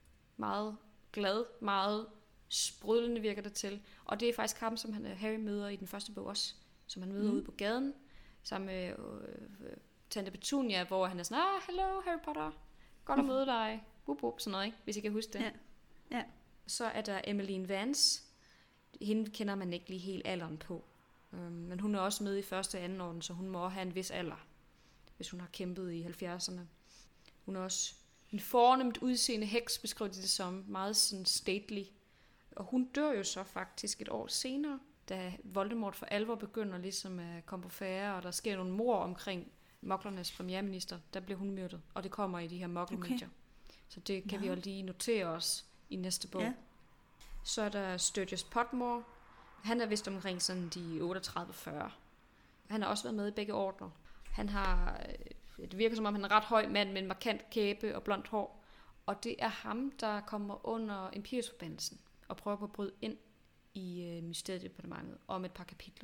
meget glad, meget sprudlende virker det til. Og det er faktisk ham, som han, Harry møder i den første bog også, som han møder mm. ude på gaden, sammen med øh, Tante Petunia, hvor han er sådan, ah, hello Harry Potter, godt at møde dig, wup, wup, sådan noget, ikke? Hvis I kan huske det. Ja. Ja. Så er der Emmeline Vance, hende kender man ikke lige helt alderen på, øhm, men hun er også med i første og anden orden, så hun må have en vis alder, hvis hun har kæmpet i halvfjerdserne. Hun er også en fornemt udseende heks, beskriver de det som, meget sådan stately. Og hun dør jo så faktisk et år senere, da Voldemort for alvor begynder ligesom at komme på færre, og der sker nogle mord omkring muglernes premierminister. Der bliver hun myrdet, og det kommer i de her muggle-medier. Okay. Så det kan ja. vi jo lige notere os i næste bog. Ja. Så er der Sturgis Potmore. Han er vist omkring sådan de otteogtredive fyrre. Han har også været med i begge ordner. Han har, det virker som om han er en ret høj mand med en markant kæbe og blondt hår. Og det er ham, der kommer under Imperiusforbandelsen og prøver på at bryde ind i øh, Mysteriedepartementet om et par kapitler.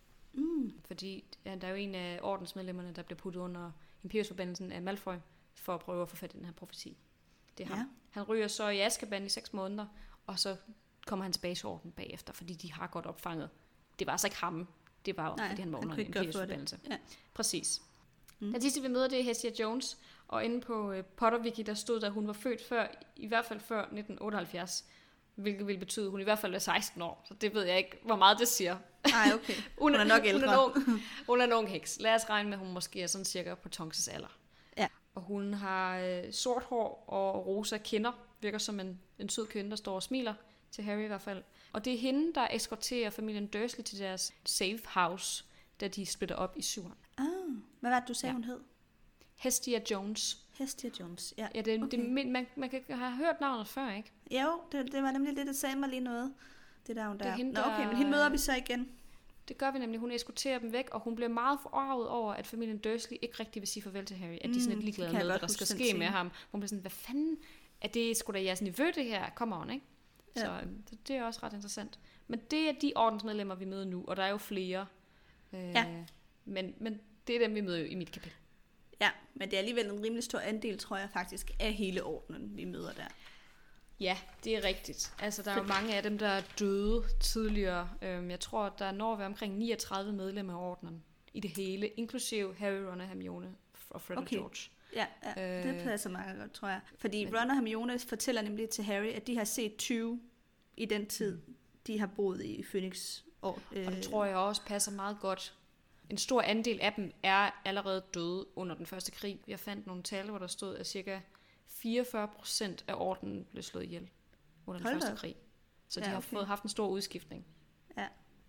Mm. Fordi ja, der er jo en af ordensmedlemmerne, der bliver puttet under Imperiusforbandelsen af Malfoy for at prøve at få fat i den her profeti. Det er ham. Ja. Han ryger så i Azkaban i seks måneder, og så kommer han tilbage til orden bagefter, fordi de har godt opfanget. Det var altså ikke ham. Det var jo, Nej, fordi han var under en Imperiusforbandelse. Ja. Præcis. Mm. Den sidste, vi møder, det er Hestia Jones, og inde på uh, Potterwiki, der stod der, at hun var født før, i hvert fald før nitten otteoghalvfjerds, hvilket ville betyde, at hun i hvert fald er seksten år, så det ved jeg ikke, hvor meget det siger. Nej, okay. Hun er nok ældre. Hun er, ung, hun er en ung heks. Lad os regne med, at hun måske er sådan cirka på Tonks' alder. Ja. Og hun har øh, sort hår og rosa kinder, virker som en, en sød kvinde, der står og smiler, til Harry i hvert fald. Og det er hende, der eskorterer familien Dursley til deres safe house, da de splitter op i syveren. Ah, hvad var det, du sagde, ja. hun hed? Hestia Jones. Hestia Jones, ja. Ja, det, okay. det, man, man kan have hørt navnet før, ikke? Jo, det, det var nemlig det, der sagde mig lige noget. Det der, hun der. Det er hende, Nå, okay, der, men hende møder vi så igen. Det gør vi nemlig. Hun eskorterer dem væk, og hun bliver meget forarvet over, at familien Dursley ikke rigtig vil sige farvel til Harry. At de sådan lidt ligeglade med, hvad der skal ske med ham. Hun bliver sådan, hvad fanden er det sgu da jeres niveau, det her? Kommer hun, ikke? Ja. Så, så det er også ret interessant. Men det er de ordensmedlemmer, vi møder nu, og der er jo flere. Øh, ja. Men, men det er dem, vi møder i mit kapitel. Ja, men det er alligevel en rimelig stor andel, tror jeg faktisk, af hele ordenen, vi møder der. Ja, det er rigtigt. Altså, der er jo mange af dem, der er døde tidligere. Jeg tror, der når vi omkring niogtredive medlemmer af ordenen i det hele, inklusive Harry, Ron og Hermione og Fred okay. og George. Ja, ja øh, det passer meget godt, tror jeg. Fordi men, Ron og Hermione fortæller nemlig til Harry, at de har set tyve i den tid, mm. de har boet i Phoenix. Og, øh, og det tror jeg også passer meget godt. En stor andel af dem er allerede døde under den første krig. Jeg fandt nogle tal, hvor der stod, at cirka fireogfyrre procent af ordenen blev slået ihjel under den Hold første krig. Så de ja, okay. har fået haft en stor udskiftning. Ja,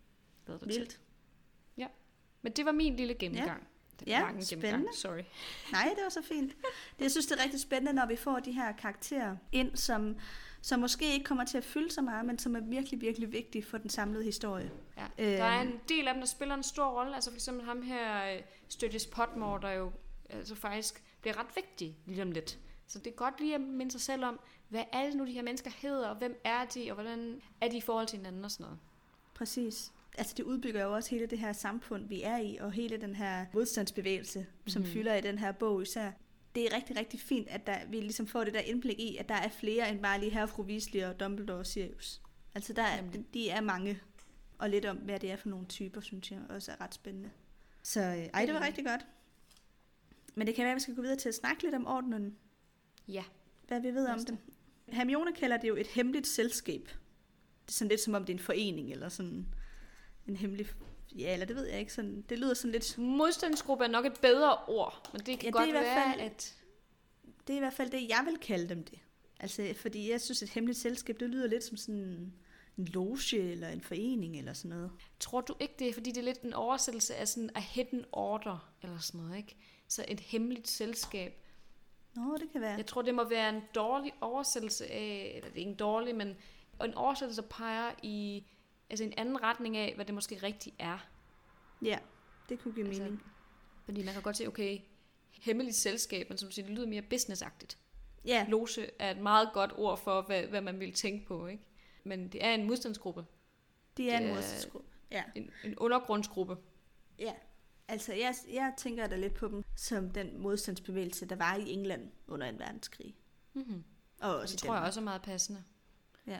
vildt. Ja, men det var min lille gennemgang. Ja, ja spændende. Sorry. Nej, det var så fint. Det, jeg synes, det er rigtig spændende, når vi får de her karakterer ind, som, som måske ikke kommer til at fylde så meget, men som er virkelig, virkelig vigtige for den samlede historie. Ja. Der er en del af dem, der spiller en stor rolle. Altså for eksempel ham her, Sturgis Potmore, der jo altså faktisk bliver ret vigtig lige om lidt. Så det er godt lige at minde sig selv om, hvad er det nu, de her mennesker hedder, og hvem er de, og hvordan er de i forhold til hinanden og sådan noget. Præcis. Altså det udbygger jo også hele det her samfund, vi er i, og hele den her modstandsbevægelse, mm-hmm. som fylder i den her bog især. Det er rigtig, rigtig fint, at der, vi ligesom får det der indblik i, at der er flere end bare lige her fru Weasley og Dumbledore og Sirius. Altså der er, de er mange, og lidt om, hvad det er for nogle typer, synes jeg også er ret spændende. Så ej, det var rigtig godt. Men det kan være, at vi skal gå videre til at snakke lidt om ordenen. Ja. Hvad vi ved om dem. Hermione kalder det jo et hemmeligt selskab. Det er sådan lidt som om det er en forening, eller sådan en hemmelig... Ja, eller det ved jeg ikke. Sådan, det lyder sådan lidt... Modstandsgruppe er nok et bedre ord, men det kan ja, godt det være, fald, at... Det er i hvert fald det, jeg vil kalde dem det. Altså, fordi jeg synes, et hemmeligt selskab, det lyder lidt som sådan en loge, eller en forening, eller sådan noget. Tror du ikke det, fordi det er lidt en oversættelse af sådan a hidden order, eller sådan noget, ikke? Så et hemmeligt selskab. Nå, det kan være. Jeg tror, det må være en dårlig oversættelse af, eller det er ikke en dårlig, men en oversættelse peger i altså en anden retning af, hvad det måske rigtigt er. Ja, det kunne give altså, mening. Fordi man kan godt se, okay, hemmeligt selskab, men som siger, det lyder mere businessagtigt. Ja. Loge er et meget godt ord for, hvad, hvad man vil tænke på, ikke? men det er en modstandsgruppe. Det er det en er modstandsgruppe, ja. En, en undergrundsgruppe. Ja, altså jeg, jeg tænker da lidt på dem som den modstandsbevægelse, der var i England under en verdenskrig. Mm-hmm. Og også det tror jeg også er meget passende. Ja.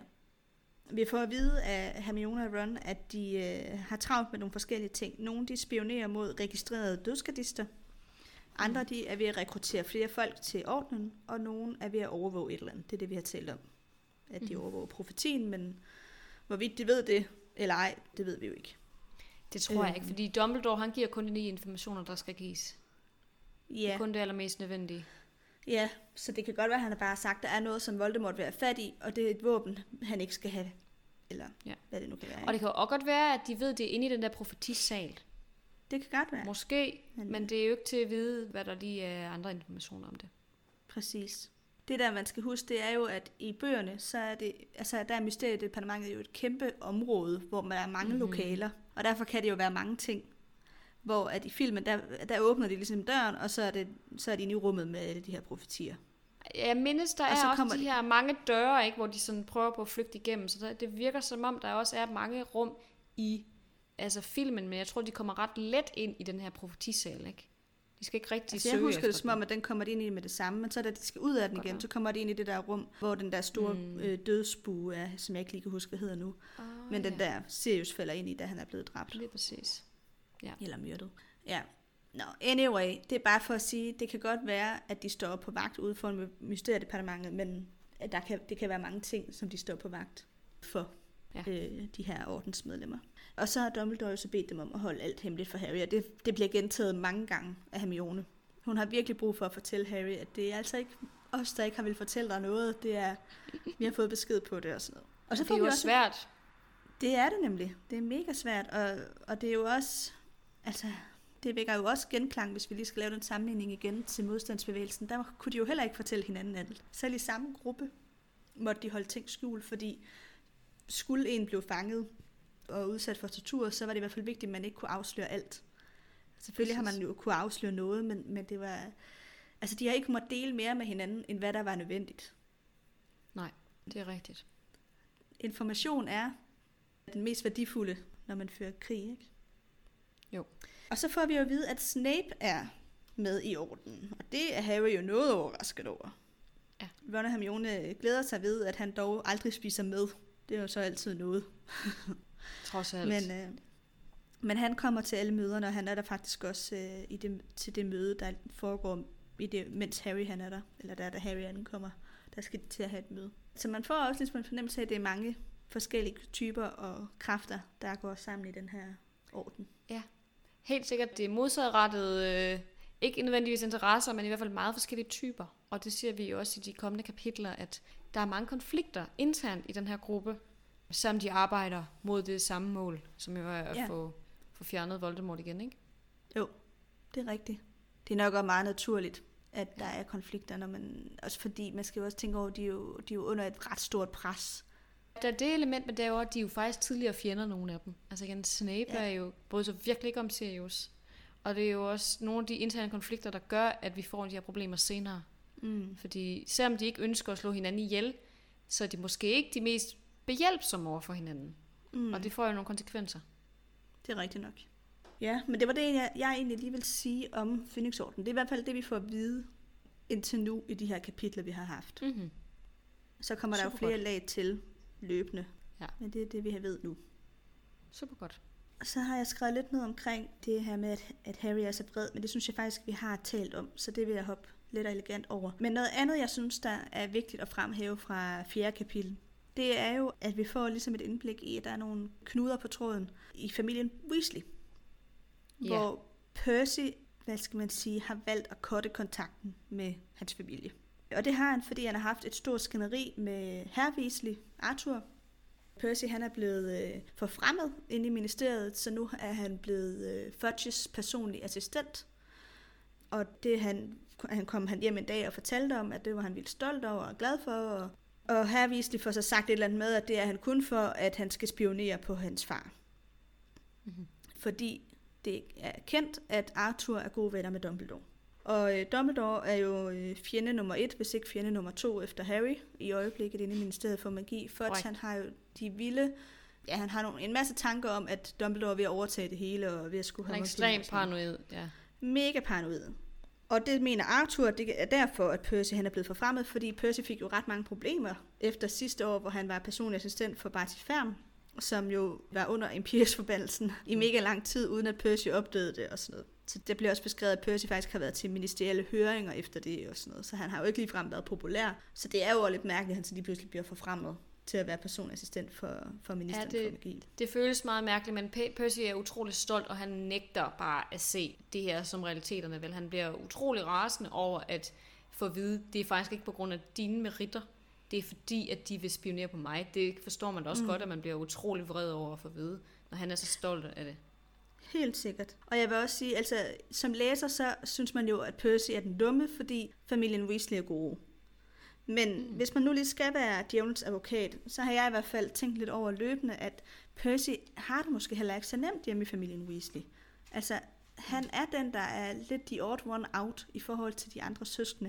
Vi får at vide af Hermione og Ron, at de øh, har travlt med nogle forskellige ting. Nogle de spionerer mod registrerede dødsgardister. Andre mm. de er ved at rekruttere flere folk til ordenen, og nogle er ved at overvåge et eller andet. Det er det, vi har talt om. At de mm. overvåger profetien, men hvorvidt de ved det eller ej, det ved vi jo ikke. Det tror øhm. jeg ikke, fordi Dumbledore han giver kun de informationer, der skal gives. Ja. Det er kun det allermest nødvendige. Ja, så det kan godt være, at han har bare sagt, at der er noget, som Voldemort vil have fat i, og det er et våben, han ikke skal have. Eller ja. Hvad det nu kan være. Ikke? Og det kan også godt være, at de ved, det er inde i den der profetisal. Det kan godt være. Måske, men, men det er jo ikke til at vide, hvad der lige er andre informationer om det. Præcis. Det der, man skal huske, det er jo, at i bøgerne, så er det, altså der er Mysteriedepartementet jo et kæmpe område, hvor man er mange mm-hmm. lokaler, og derfor kan det jo være mange ting. Hvor at i filmen, der, der åbner de ligesom døren, og så er, det, så er de inde i rummet med alle de her profetier. Jeg mindes, der og er også de her de... mange døre, ikke, hvor de sådan prøver på at flygte igennem, så der, det virker som om, der også er mange rum i altså filmen, men jeg tror, de kommer ret let ind i den her profetisal, ikke? De skal ikke rigtig altså, søge jeg husker det den. som om, at den kommer ind i med det samme, men så da de skal ud af den Godt igen, nok. Så kommer de ind i det der rum, hvor den der store mm. øh, dødsbue er, som jeg ikke lige kan huske, hvad hedder nu. Oh, men den ja. der Sirius falder ind i, da han er blevet dræbt. Lige præcis. Ja. Eller myrdet. Ja. No, anyway, det er bare for at sige, det kan godt være, at de står på vagt ude for Mysteriedepartementet, men der kan, det kan være mange ting, som de står på vagt for ja. øh, de her ordensmedlemmer. Og så har Dumbledore jo så bedt dem om at holde alt hemmeligt for Harry, og det, det bliver gentaget mange gange af Hermione. Hun har virkelig brug for at fortælle Harry, at det er altså ikke os, der ikke har vil fortælle dig noget, det er, vi har fået besked på det og sådan noget. Og så det er jo også svært. Det er det nemlig. Det er mega svært, og, og det er jo også, altså, det vækker jo også genklang, hvis vi lige skal lave den sammenligning igen til modstandsbevægelsen. Der kunne de jo heller ikke fortælle hinanden alt. Selv i samme gruppe måtte de holde ting skjult, fordi skulle en blive fanget og udsat for tortur, så var det i hvert fald vigtigt, at man ikke kunne afsløre alt. Selvfølgelig Præcis. Har man jo kunne afsløre noget, men, men det var, altså de har ikke måttet dele mere med hinanden, end hvad der var nødvendigt. Nej, det er rigtigt. Information er den mest værdifulde, når man fører krig, ikke? Jo. Og så får vi jo at vide, at Snape er med i ordenen, og det er Harry jo noget overrasket over. Ja. Ron og Hermione glæder sig ved, at han dog aldrig spiser med. Det er jo så altid noget. Trods alt. Men, øh, men han kommer til alle møderne, og han er der faktisk også øh, i det, til det møde, der foregår, i det, mens Harry han er der. Eller der, da Harry ankommer, der skal de til at have et møde. Så man får også ligesom en fornemmelse af, at det er mange forskellige typer og kræfter, der går sammen i den her orden. Ja, helt sikkert. Det er modsatrettet, øh, ikke nødvendigvis interesser, men i hvert fald meget forskellige typer. Og det siger vi jo også i de kommende kapitler, at der er mange konflikter internt i den her gruppe, som de arbejder mod det samme mål, som jo er at ja. få, få fjernet Voldemort igen, ikke? Jo, det er rigtigt. Det er nok også meget naturligt, at der er konflikter, når man, også fordi man skal jo også tænke over, at de er jo, de er jo under et ret stort pres. Der er det element med det er at de er jo faktisk tidligere fjender, nogle af dem. Altså igen, Snape ja. er jo både så virkelig ikke om Sirius, og det er jo også nogle af de interne konflikter, der gør, at vi får de her problemer senere. Mm. Fordi selvom de ikke ønsker at slå hinanden ihjel, så er de måske ikke de mest behjælpsomme over for hinanden. Mm. Og det får jo nogle konsekvenser. Det er rigtigt nok. Ja, men det var det, jeg, jeg egentlig lige vil sige om Phoenix-ordenen. Det er i hvert fald det, vi får at vide indtil nu i de her kapitler, vi har haft. Mm-hmm. Så kommer Super der jo flere godt. lag til løbende. Ja. Men det er det, vi har ved nu. Super godt. Så har jeg skrevet lidt ned omkring det her med, at, at Harry er så vred, men det synes jeg faktisk, vi har talt om, så det vil jeg hoppe lidt og elegant over. Men noget andet, jeg synes, der er vigtigt at fremhæve fra fjerde kapitel, det er jo, at vi får ligesom et indblik i, at der er nogle knuder på tråden i familien Weasley. Yeah. Hvor Percy, hvad skal man sige, har valgt at cutte kontakten med hans familie. Og det har han, fordi han har haft et stort skænderi med herr Weasley, Arthur. Percy, han er blevet øh, forfremmet inde i ministeriet, så nu er han blevet øh, Fudges personlige assistent. Og det han, han kom han hjem en dag og fortalte om, at det var han vildt stolt over og glad for. Og, og herr Weasley får så sagt et eller andet med, at det er han kun for, at han skal spionere på hans far. Mm-hmm. Fordi det er kendt, at Arthur er gode venner med Dumbledore. Og øh, Dumbledore er jo øh, fjende nummer et, hvis ikke fjende nummer to efter Harry i øjeblikket inde i Ministeriet for Magi. Fudge, han har jo de vilde... Ja, han har nogle, en masse tanker om, at Dumbledore er ved at overtage det hele, og ved at skulle have... Han er ekstremt paranoid, ja. Mega paranoid. Og det mener Arthur, det er derfor, at Percy han er blevet forfremmet, fordi Percy fik jo ret mange problemer efter sidste år, hvor han var personlig assistent for Barty Fern, som jo var under Imperius-forbandelsen i mega lang tid, uden at Percy opdagede det og sådan noget. Så det bliver også beskrevet, at Percy faktisk har været til ministerielle høringer efter det og sådan noget, så han har jo ikke ligefrem været populær. Så det er jo lidt mærkeligt, at han så lige pludselig bliver forfremmet til at være personassistent for, for ministeren ja, det, for magi. Det føles meget mærkeligt, men Percy er utrolig stolt, og han nægter bare at se det her som realiteterne. Vel? Han bliver utrolig rasende over at få at vide, det er faktisk ikke på grund af dine meritter, det er fordi, at de vil spionere på mig. Det forstår man da også mm. godt, at man bliver utrolig vred over at få at vide, når han er så stolt af det. Helt sikkert. Og jeg vil også sige, altså som læser, så synes man jo, at Percy er den dumme, fordi familien Weasley er gode. Men mm. hvis man nu lige skal være djævelens advokat, så har jeg i hvert fald tænkt lidt over løbende, at Percy har det måske heller ikke så nemt hjemme i familien Weasley. Altså, han er den, der er lidt the odd one out i forhold til de andre søskende.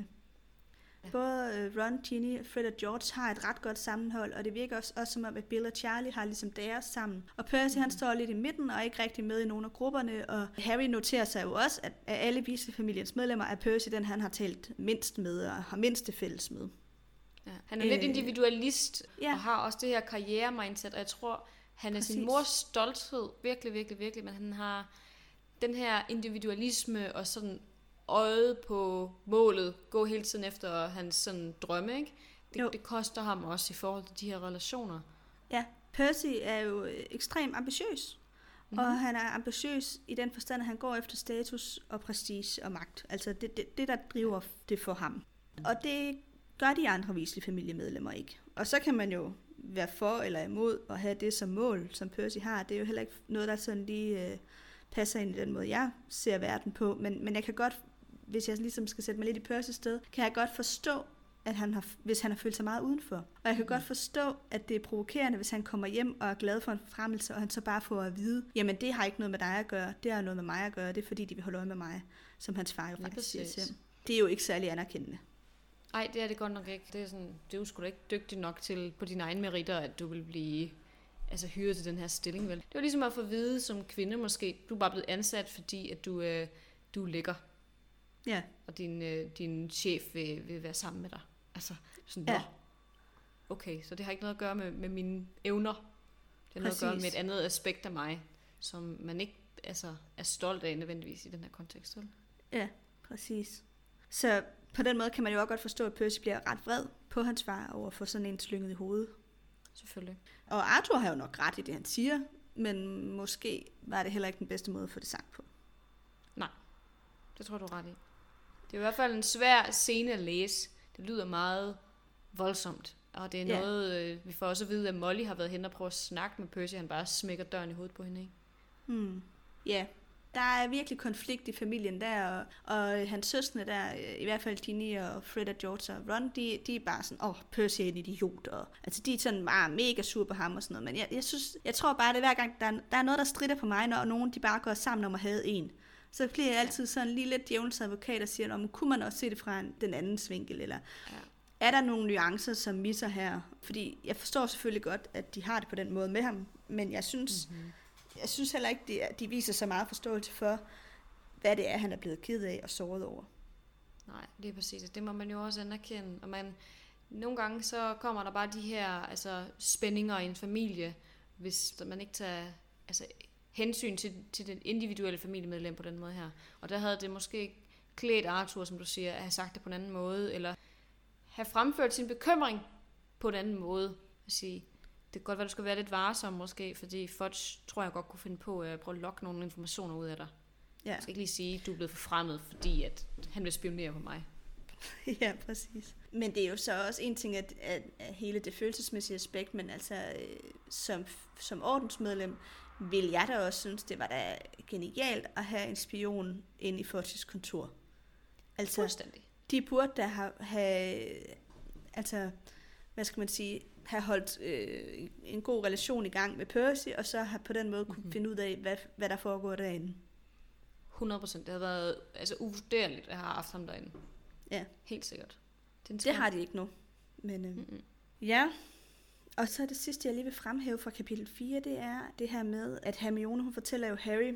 Ja. Både Ron, Ginny, Fred og George har et ret godt sammenhold, og det virker også, også som om, at Bill og Charlie har ligesom deres sammen. Og Percy, mm. han står lidt i midten og er ikke rigtig med i nogen af grupperne, og Harry noterer sig jo også, at af alle Weasley-familiens medlemmer er Percy den, han har talt mindst med og har mindste fælles med. Ja. Han er lidt øh, individualist, ja. Og har også det her karriere-mindset, og jeg tror, han er Præcis. Sin mors stolthed, virkelig, virkelig, virkelig, men han har den her individualisme og sådan øjet på målet, gå hele tiden efter hans sådan drømme, ikke? Det, det koster ham også i forhold til de her relationer. Ja, Percy er jo ekstremt ambitiøs, mm-hmm. og han er ambitiøs i den forstand, at han går efter status og prestige og magt. Altså det, det, det der driver det for ham. Og det gør de andre Weasley-familiemedlemmer ikke. Og så kan man jo være for eller imod og have det som mål, som Percy har. Det er jo heller ikke noget, der sådan lige øh, passer ind i den måde, jeg ser verden på. Men, men jeg kan godt, hvis jeg ligesom skal sætte mig lidt i Percy's sted, kan jeg godt forstå, at han har, hvis han har følt sig meget udenfor. Og jeg kan mm. godt forstå, at det er provokerende, hvis han kommer hjem og er glad for en forfremmelse, og han så bare får at vide, jamen det har ikke noget med dig at gøre, det har noget med mig at gøre, det er fordi, de vil holde øje med mig, som hans far jo faktisk siger til ham. Det er jo ikke særlig anerkendende. Nej, det er det godt nok ikke. Det er, sådan, det er jo sgu da ikke dygtig nok til på dine egne meritter, at du vil blive altså, hyret til den her stilling. Vel? Det var ligesom at få at vide som kvinde måske, du er bare blevet ansat, fordi at du, øh, du er lækker. Ja. Og din, øh, din chef vil, vil være sammen med dig. Altså sådan, ja. Okay, så det har ikke noget at gøre med, med mine evner. Det har noget at gøre med et andet aspekt af mig, som man ikke altså, er stolt af nødvendigvis i den her kontekst. Vel? Ja, præcis. Så på den måde kan man jo også godt forstå, at Percy bliver ret vred på hans far over at få sådan en slynget i hovedet. Selvfølgelig. Og Arthur har jo nok ret i det, han siger, men måske var det heller ikke den bedste måde at få det sagt på. Nej, det tror du ret i. Det er i hvert fald en svær scene at læse. Det lyder meget voldsomt, og det er ja. noget, øh, vi får også at vide, at Molly har været hen og prøvet at snakke med Percy, han bare smækker døren i hovedet på hende, ikke? Hmm. Ja, der er virkelig konflikt i familien der, og, og hans søskende der, i hvert fald Ginny og Fred og George og Ron, de, de er bare sådan, åh, oh, Percy er en idiot, og altså de er sådan bare mega sur på ham og sådan noget, men jeg, jeg synes, jeg tror bare, det er hver gang, der er, der er noget, der stritter på mig, når nogen de bare går sammen om at have en. Så bliver jeg altid sådan lige lidt djævelens advokat og siger, om kunne man også se det fra en, den andens vinkel, eller ja. Er der nogle nuancer, som misser her? Fordi jeg forstår selvfølgelig godt, at de har det på den måde med ham, men jeg synes, mm-hmm. jeg synes heller ikke, at de viser så meget forståelse for, hvad det er, han er blevet ked af og såret over. Nej, det er præcis. Det må man jo også anerkende. Og man, nogle gange så kommer der bare de her altså, spændinger i en familie, hvis man ikke tager altså, hensyn til, til den individuelle familiemedlem på den måde her. Og der havde det måske klædt Arthur, som du siger, at have sagt det på en anden måde, eller have fremført sin bekymring på en anden måde. At sige, det kan godt være, du skal være lidt varsom måske, fordi Fudge tror jeg godt kunne finde på at prøve at lokke nogle informationer ud af dig. Ja. Jeg skal ikke lige sige, at du er blevet forfremmet, fordi at han vil spionere på mig. Ja, præcis. Men det er jo så også en ting, at, at, at hele det følelsesmæssige aspekt, men altså øh, som, som ordensmedlem, vil jeg da også synes, det var da genialt at have en spion inde i Fudges kontor. Altså, fuldstændig. De burde da have, have altså, hvad skal man sige, have holdt øh, en god relation i gang med Percy, og så have på den måde kunne mm-hmm. finde ud af, hvad, hvad der foregår derinde. hundrede procent. Det har været altså, uvurderligt at have haft ham derinde. Ja. Helt sikkert. Det, det har de ikke nu. Men, øh, mm-hmm. Ja, og så det sidste, jeg lige vil fremhæve fra kapitel fire, det er det her med, at Hermione, hun fortæller jo Harry,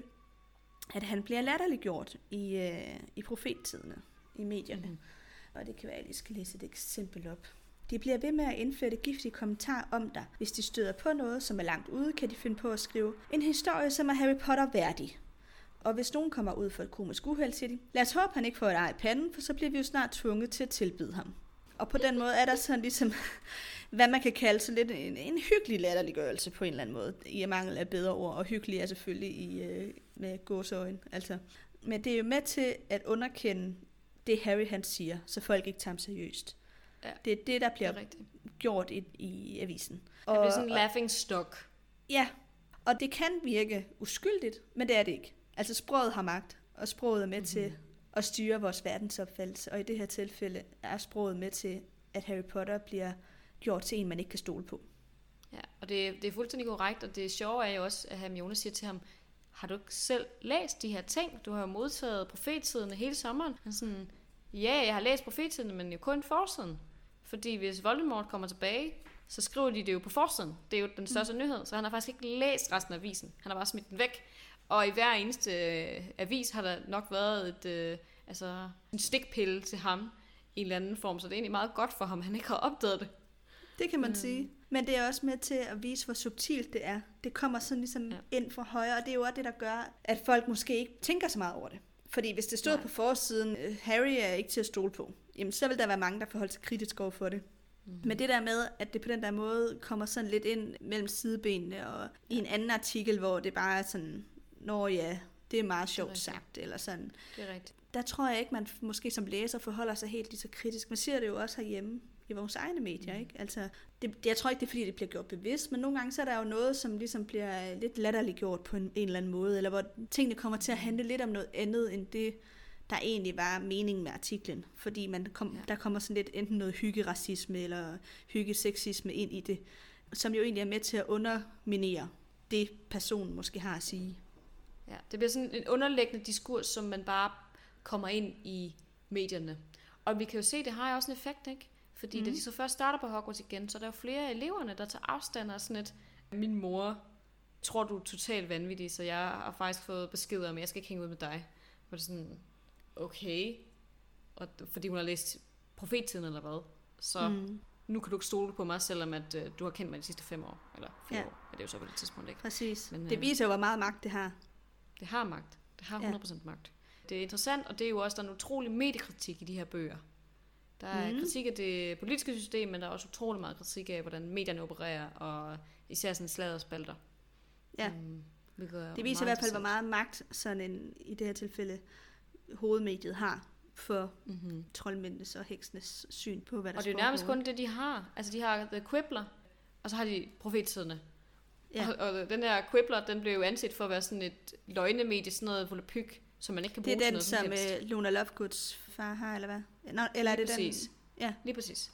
at han bliver latterliggjort i, øh, i profettidene, i medierne. Mm-hmm. Og det kan være, at jeg lige skal læse et eksempel op. De bliver ved med at indføre det giftige kommentar om dig. Hvis de støder på noget, som er langt ude, kan de finde på at skrive en historie, som er Harry Potter værdig. Og hvis nogen kommer ud for et komisk uheld, siger de, lad os håbe, han ikke får et ej i panden, for så bliver vi jo snart tvunget til at tilbyde ham. Og på den måde er der sådan ligesom, hvad man kan kalde så lidt en, en hyggelig latterliggørelse på en eller anden måde. I mangel af bedre ord, og hyggelig er selvfølgelig i, øh, med gåseøjne. Altså. Men det er jo med til at underkende det, Harry han siger, så folk ikke tager ham seriøst. Ja, det er det, der bliver det gjort i, i avisen. Og, det bliver sådan en laughing stock. Ja, og det kan virke uskyldigt, men det er det ikke. Altså sproget har magt, og sproget er med mm-hmm. til at styre vores verdensopfattelse, og i det her tilfælde er sproget med til, at Harry Potter bliver gjort til en, man ikke kan stole på. Ja, og det, det er fuldstændig korrekt, og det sjove er jo også, at Hermione siger til ham, har du ikke selv læst de her ting? Du har jo modtaget profetsiderne hele sommeren. Han sådan, ja, jeg har læst profetsiderne, men jo kun forsiden. Fordi hvis Voldemort kommer tilbage, så skriver de det jo på forsiden. Det er jo den største mm. nyhed, så han har faktisk ikke læst resten af avisen. Han har bare smidt den væk. Og i hver eneste øh, avis har der nok været et, øh, altså, en stikpille til ham i en eller anden form, så det er egentlig meget godt for ham, at han ikke har opdaget det. Det kan man mm. sige. Men det er også med til at vise, hvor subtilt det er. Det kommer sådan ligesom ja. ind fra højre, og det er jo også det, der gør, at folk måske ikke tænker så meget over det. Fordi hvis det stod Nej. på forsiden, Harry er ikke til at stole på, jamen så vil der være mange, der forholder sig kritisk over for det. Mm-hmm. Men det der med, at det på den der måde kommer sådan lidt ind mellem sidebenene, og i en anden artikel, hvor det bare er sådan, nå ja, det er meget sjovt sagt, eller sådan. Det er rigtigt. Der tror jeg ikke, man måske som læser forholder sig helt lige så kritisk. Man ser det jo også herhjemme i vores egne medier, mm. ikke? Altså, det, jeg tror ikke, det er fordi, det bliver gjort bevidst, men nogle gange så er der jo noget, som ligesom bliver lidt latterliggjort på en, en eller anden måde, eller hvor tingene kommer til at handle lidt om noget andet, end det, der egentlig var meningen med artiklen. Fordi man kom, ja. der kommer sådan lidt enten noget hyggeracisme, eller hyggesexisme ind i det, som jo egentlig er med til at underminere det, personen måske har at sige. Ja, det bliver sådan en underliggende diskurs, som man bare kommer ind i medierne. Og vi kan jo se, det har jo også en effekt, ikke? Fordi mm. da de så først starter på Hogwarts igen, så er der jo flere af eleverne, der tager afstand af sådan et, min mor tror, du er totalt vanvittig, så jeg har faktisk fået besked om, at jeg skal ikke hænge ud med dig. Hvor det sådan, okay, og fordi hun har læst profettiden eller hvad, så mm. nu kan du ikke stole på mig, selvom at, uh, du har kendt mig de sidste fem år, eller fire ja. år, er det jo så på det tidspunkt, ikke? Præcis. Men, det øh, viser jo, hvor meget magt det har. Det har magt. Det har hundrede procent ja. magt. Det er interessant, og det er jo også, der er en utrolig mediekritik i de her bøger. Der er mm. kritik af det politiske system, men der er også utrolig meget kritik af, hvordan medierne opererer, og især sådan sladderspalter. Ja, um, det viser i hvert fald, hvor meget magt sådan en, i det her tilfælde, hovedmediet har for mm-hmm. troldmændenes og heksenes syn på, hvad der og det er jo nærmest kun det, de har. Altså, de har The Quibbler, og så har de profetsiderne. Ja. Og, og den her Quibbler, den blev jo anset for at være sådan et løgnemedie, sådan noget volapyk, som man ikke kan bruge til noget som helst. Det er den, som Luna Lovegoods far har, eller hvad? Nå, eller er det præcis. den? Ja, lige præcis.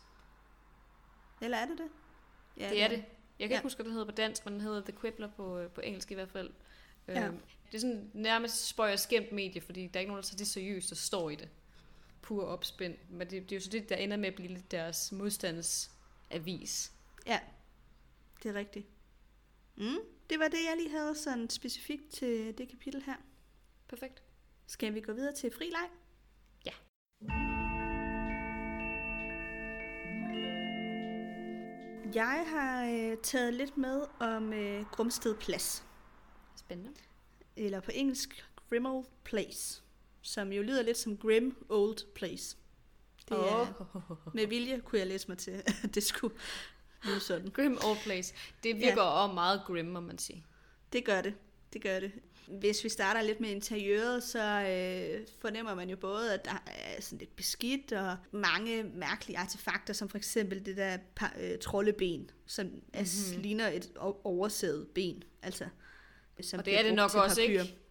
Eller er det det? Ja, det er det. Jeg kan ja. ikke huske, hvad den hedder på dansk, men den hedder The Quibbler på, på engelsk i hvert fald. Ja. Øhm, det er sådan nærmest spøj og skæmt medie, fordi der er ikke nogen, der tager det seriøst, der står i det. Pur opspind. Men det, det er jo så det, der ender med at blive lidt deres modstandsavis. Ja, det er rigtigt. Mm, det var det, jeg lige havde sådan specifikt til det kapitel her. Perfekt. Skal vi gå videre til fri leg? Ja. Jeg har øh, taget lidt med om øh, Grumsted Plads. Spændende. Eller på engelsk Grimmauld Place, som jo lyder lidt som Grim Old Place. Det oh. er, med vilje kunne jeg læse mig til, det skulle lyde sådan. Grim Old Place. Det virker ja. også meget grim, må man sige. Det gør det. Det gør det. Hvis vi starter lidt med interiøret, så øh, fornemmer man jo både, at der er sådan lidt beskidt og mange mærkelige artefakter, som for eksempel det der par, øh, troldeben, som mm-hmm. altså, ligner et oversædet ben. Altså, som og det er det nok også, papyr. Ikke?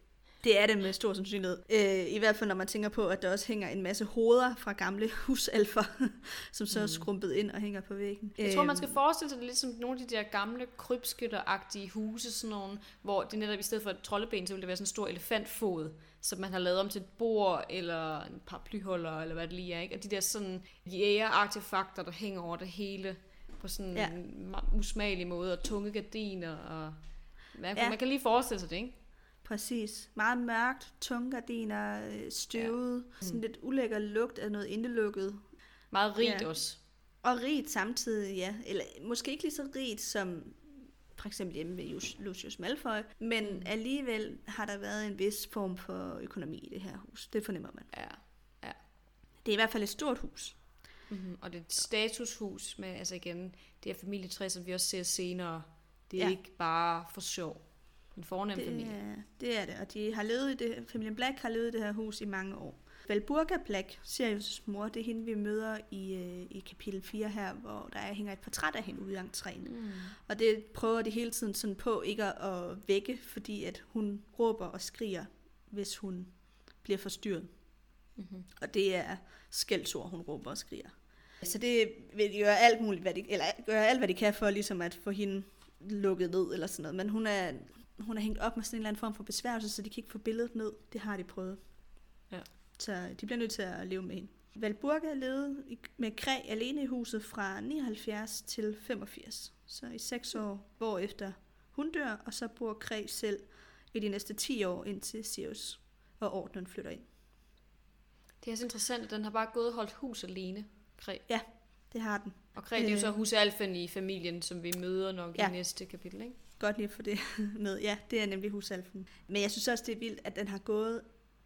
Det er det med stor sandsynlighed. Øh, I hvert fald når man tænker på, at der også hænger en masse hoveder fra gamle husalfer, som så er skrumpet ind og hænger på væggen. Jeg tror, man skal forestille sig det lidt som nogle af de der gamle krybskytteragtige huse, sådan nogle, hvor det netop i stedet for et troldeben, så ville det være sådan en stor elefantfod, som man har lavet om til et bord, eller en paraplyholder, eller hvad det lige er, ikke? Og de der sådan jægerartefakter, der hænger over det hele, på sådan ja. en usmagelig måde, og tunge gardiner, og man, ja. man kan lige forestille sig det, ikke? Præcis. Meget mørkt, tunge gardiner, støvet, ja. mm. sådan lidt ulækker lugt af noget indelukket. Meget rigt ja. også. Og rigt samtidig, ja. Eller måske ikke lige så rigt som for eksempel hjemme ved Lucius Malfoy, men mm. alligevel har der været en vis form for økonomi i det her hus. Det fornemmer man. Ja. ja. Det er i hvert fald et stort hus. Mm-hmm. Og det er et statushus med, altså igen, det er familietræ, som vi også ser senere. Det er ja. ikke bare for sjov. En fornem det, familie. Det er det, og de har levet i det, familien Black har levet i det her hus i mange år. Valburga Black, Sirius' mor, det er hende, vi møder i, i kapitel fire her, hvor der hænger et portræt af hende ude i entréen. Mm. Og det prøver de hele tiden sådan på ikke at vække, fordi at hun råber og skriger, hvis hun bliver forstyrret. Mm-hmm. Og det er skældsord, hun råber og skriger. Så det vil de gøre alt muligt, hvad de, eller gøre alt, hvad de kan for ligesom at få hende lukket ned eller sådan noget. Men hun er, hun er hængt op med sådan en eller anden form for besværgelse, så de kan ikke få billedet ned. Det har de prøvet. Ja. Så de bliver nødt til at leve med hende. Valburga levede med Kræ alene i huset fra nioghalvfjerds til femogfirs. Så i seks år, hvorefter hun dør, og så bor Kræ selv i de næste ti år, indtil Sirius og ordenen flytter ind. Det er også interessant, at den har bare gået og holdt hus alene, Kræ. Ja, det har den. Og Kræ, det er jo så husalfen i familien, som vi møder nok ja. i næste kapitel, ikke? Godt lige for det med. Ja, det er nemlig husalfen. Men jeg synes også, det er vildt, at den har gået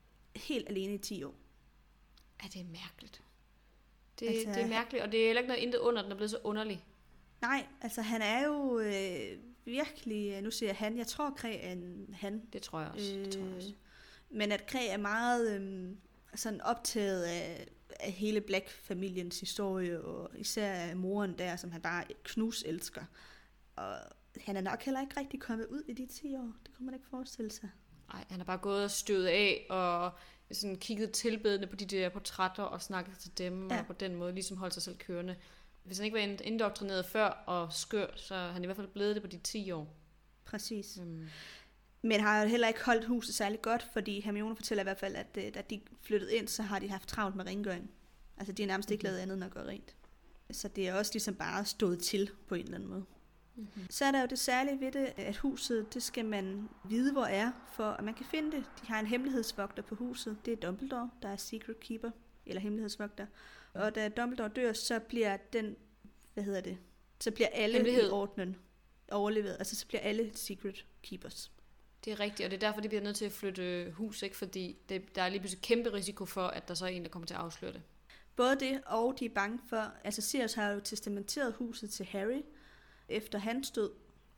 helt alene i ti år. Ja, det er mærkeligt. Det, altså, det er mærkeligt, og det er heller ikke noget intet under, den er blevet så underlig. Nej, altså han er jo øh, virkelig, nu siger jeg han, jeg tror Kræ er en han. Det tror jeg også. Øh, det tror jeg også. Men at Kræ er meget øh, sådan optaget af, af hele Black-familiens historie, og især af moren der, som han bare knus elsker. Og han er nok heller ikke rigtig kommet ud i de ti år. Det kunne man ikke forestille sig. Nej, han har bare gået og støvet af, og sådan kigget tilbedende på de der portrætter, og snakket til dem, ja. og på den måde ligesom holdt sig selv kørende. Hvis han ikke var indoktrineret før og skør, så er han i hvert fald blevet det på de ti år. Præcis. Mm. Men har heller ikke holdt huset særlig godt, fordi Hermione fortæller i hvert fald, at da de flyttede ind, så har de haft travlt med rengøring. Altså de har nærmest ikke lavet andet end at gøre rent. Så det er også ligesom bare stået til på en eller anden måde. Mm-hmm. Så er der jo det særlige ved det, at huset, det skal man vide, hvor er, for at man kan finde det. De har en hemmelighedsvogter på huset. Det er Dumbledore, der er secret keeper, eller hemmelighedsvogter. Og da Dumbledore dør, så bliver den, hvad hedder det, så bliver alle Hemmelighed. i ordenen overlevet. Altså så bliver alle secret keepers. Det er rigtigt, og det er derfor, de bliver nødt til at flytte hus, ikke? Fordi det, der er lige pludselig kæmpe risiko for, at der så er en, der kommer til at afsløre det. Både det, og de er bange for, altså Sirius har jo testamenteret huset til Harry, efter hans død,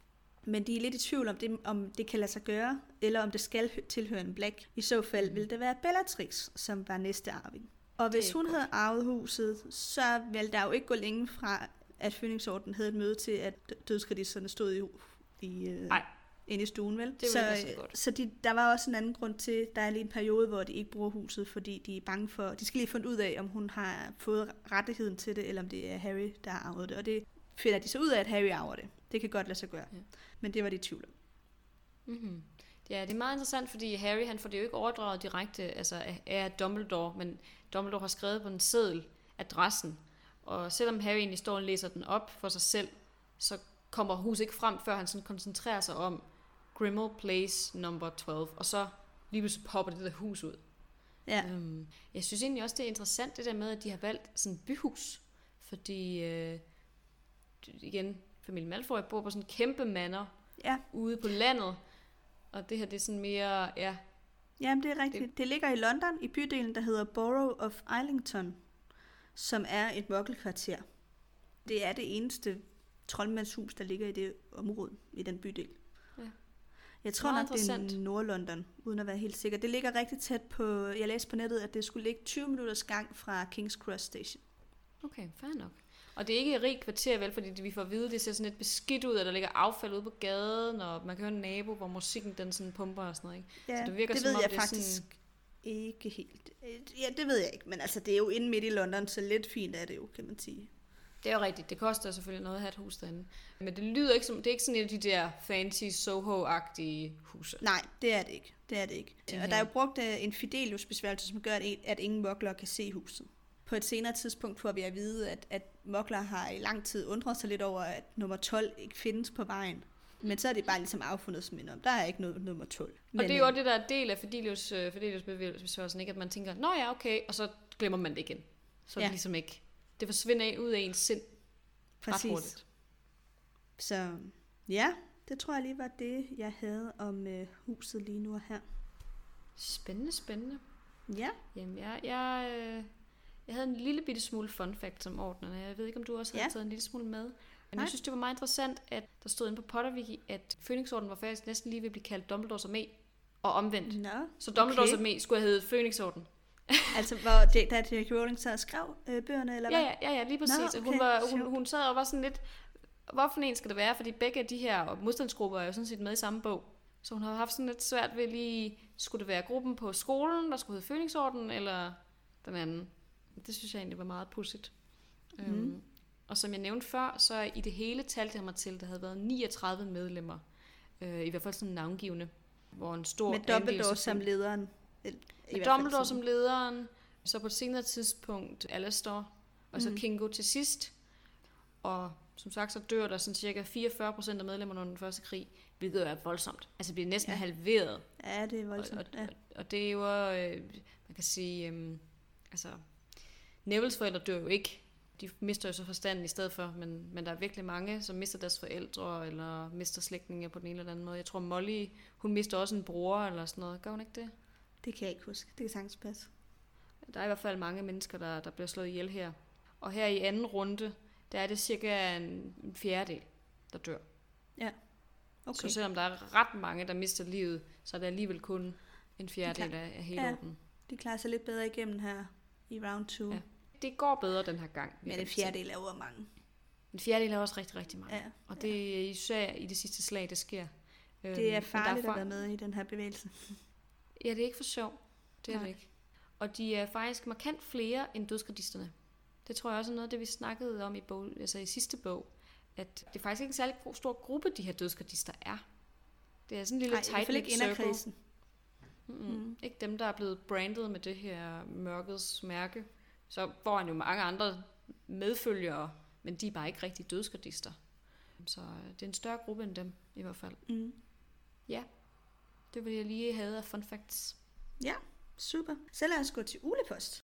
men de er lidt i tvivl om det, om det kan lade sig gøre, eller om det skal tilhøre en Black. I så fald mm. vil det være Bellatrix, som var næste arving. Og hvis hun godt. havde arvet huset, så ville der jo ikke gå længe fra, at Fønixordenen havde et møde til, at dødskrediterne stod i, i øh, inde i stuen, vel? Det så så, så de, der var også en anden grund til, der er lige en periode, hvor de ikke bruger huset, fordi de er bange for, de skal lige finde ud af, om hun har fået rettigheden til det, eller om det er Harry, der har arvet det. Og det finder de så ud af, at Harry arver det. Det kan godt lade sig gøre. Ja. Men det var de i tvivl om. Mm-hmm. Ja, det er meget interessant, fordi Harry, han får det jo ikke overdraget direkte altså af Dumbledore, men Dumbledore har skrevet på en seddel adressen. Og selvom Harry egentlig står og læser den op for sig selv, så kommer huset ikke frem, før han sådan koncentrerer sig om Grimmauld Place number tolv, og så lige pludselig popper det der hus ud. Ja. Øhm, jeg synes egentlig også, det er interessant, det der med, at de har valgt sådan et byhus, fordi øh, igen, familien Malfoy bor på sådan en kæmpe manor ja. ude på landet, og det her, det er sådan mere, ja. Jamen, det er rigtigt. Det, det ligger i London, i bydelen, der hedder Borough of Islington, som er et mørkelkvarter. Det er det eneste troldmandshus, der ligger i det område, i den bydel. Ja. Jeg tror nok, det er Nord-London, uden at være helt sikker. Det ligger rigtig tæt på, jeg læste på nettet, at det skulle ligge tyve minutters gang fra King's Cross Station. Okay, fair nok. Og det er ikke et rigt kvarter, vel, fordi vi får at vide, det ser sådan lidt beskidt ud, at der ligger affald ude på gaden, og man kan høre en nabo, hvor musikken den sådan pumper og sådan noget, ikke? Ja, så det virker det som ved om, jeg det er faktisk sådan... ikke helt. Ja, det ved jeg ikke, men altså, det er jo inde midt i London, så lidt fint er det jo, kan man sige. Det er jo rigtigt. Det koster selvfølgelig noget at have et hus derinde. Men det lyder ikke som, det er ikke sådan et af de der fancy Soho-agtige huse. Nej, det er det ikke. Det er det ikke. De og her. Der er jo brugt uh, en Fidelius-besværgelse, som gør, at, at ingen muggler kan se huset. På et senere tidspunkt får vi at vide, at, at muggler har i lang tid undret sig lidt over, at nummer tolv ikke findes på vejen. Men så er det bare ligesom affundet som en om. Der er ikke noget nummer tolv. Men, og det er jo det, der er del af Fidelius, uh, Fidelius-besværgelsen, ikke? At man tænker, nå ja, okay, og så glemmer man det igen. Så er det ja. ligesom ikke... Det forsvinder ud af ens sind. Præcis. Så ja, det tror jeg lige var det, jeg havde om øh, huset lige nu og her. Spændende, spændende. Ja. Jamen, jeg, jeg, øh, jeg havde en lille bitte smule fun fact om ordnerne. Jeg ved ikke, om du også har ja. taget en lille smule med. Men Nej. jeg synes, det var meget interessant, at der stod inde på Potterwiki, at Fønixordenen var faktisk næsten lige ved at blive kaldt Dumbledores Armé, og omvendt. Nå, så Dumbledores okay. Armé skulle have heddet Fønixorden. Altså, hvor det, da J K Rowling sad og skrev øh, bøgerne, eller hvad? Ja, ja, ja, lige præcis. Nå, okay. hun, var, hun, hun sad og var sådan lidt, hvorfor en skal det være? Fordi begge af de her modstandsgrupper er jo sådan set med i samme bog. Så hun har haft sådan lidt svært ved lige, skulle det være gruppen på skolen, der skulle hedde Fønixorden, eller den anden? Det synes jeg egentlig var meget pudsigt. Mm. Øhm, og som jeg nævnte før, så i det hele talte jeg mig til, der havde været niogtredive medlemmer, øh, i hvert fald sådan navngivende, hvor en stor med Dumbledore som lederen. Med Dumbledore som lederen, så på et senere tidspunkt Alastor, og så mm. Kingo til sidst. Og som sagt, så dør der sådan cirka fireogfyrre procent af medlemmerne under den første krig, hvilket er voldsomt. Altså det bliver næsten ja. halveret. Ja, det er voldsomt. Og, og, ja. og, og det er jo, øh, man kan sige, øh, altså, Nevilles forældre dør jo ikke. De mister jo så forstanden i stedet for, men, men der er virkelig mange, som mister deres forældre, eller mister slægtninge på den ene eller anden måde. Jeg tror, Molly, hun mister også en bror, eller sådan noget. Gør hun ikke det? Det kan jeg ikke huske. Det kan sagtens passe. Der er i hvert fald mange mennesker, der, der bliver slået ihjel her. Og her i anden runde, der er det cirka en, en fjerdedel, der dør. Ja. Okay. Så selvom der er ret mange, der mister livet, så er det alligevel kun en fjerdedel af, af hele ja, orden. De klarer sig lidt bedre igennem her i round to. Ja. Det går bedre den her gang. Men en fjerdedel er over mange. En fjerdedel er også rigtig, rigtig mange. Ja. Og det er især i det sidste slag, det sker. Det er farligt at være med i den her bevægelse. Ja, det er ikke for sjov. Det er Nej. det ikke. Og de er faktisk markant flere end dødsgardisterne. Det tror jeg også er noget af det, vi snakkede om i, bog, altså i sidste bog. At det er faktisk ikke en særlig stor gruppe, de her dødsgardister er. Det er sådan en lille Nej, tight ikke inderkredsen. Mm-hmm. Mm. Ikke dem, der er blevet brandet med det her mørkets mærke. Så får han jo mange andre medfølgere, men de er bare ikke rigtig dødsgardister. Så det er en større gruppe end dem, i hvert fald. Mm. Ja, det vil jeg lige have af fun facts. Ja, super. Så lad os gå til ulepost.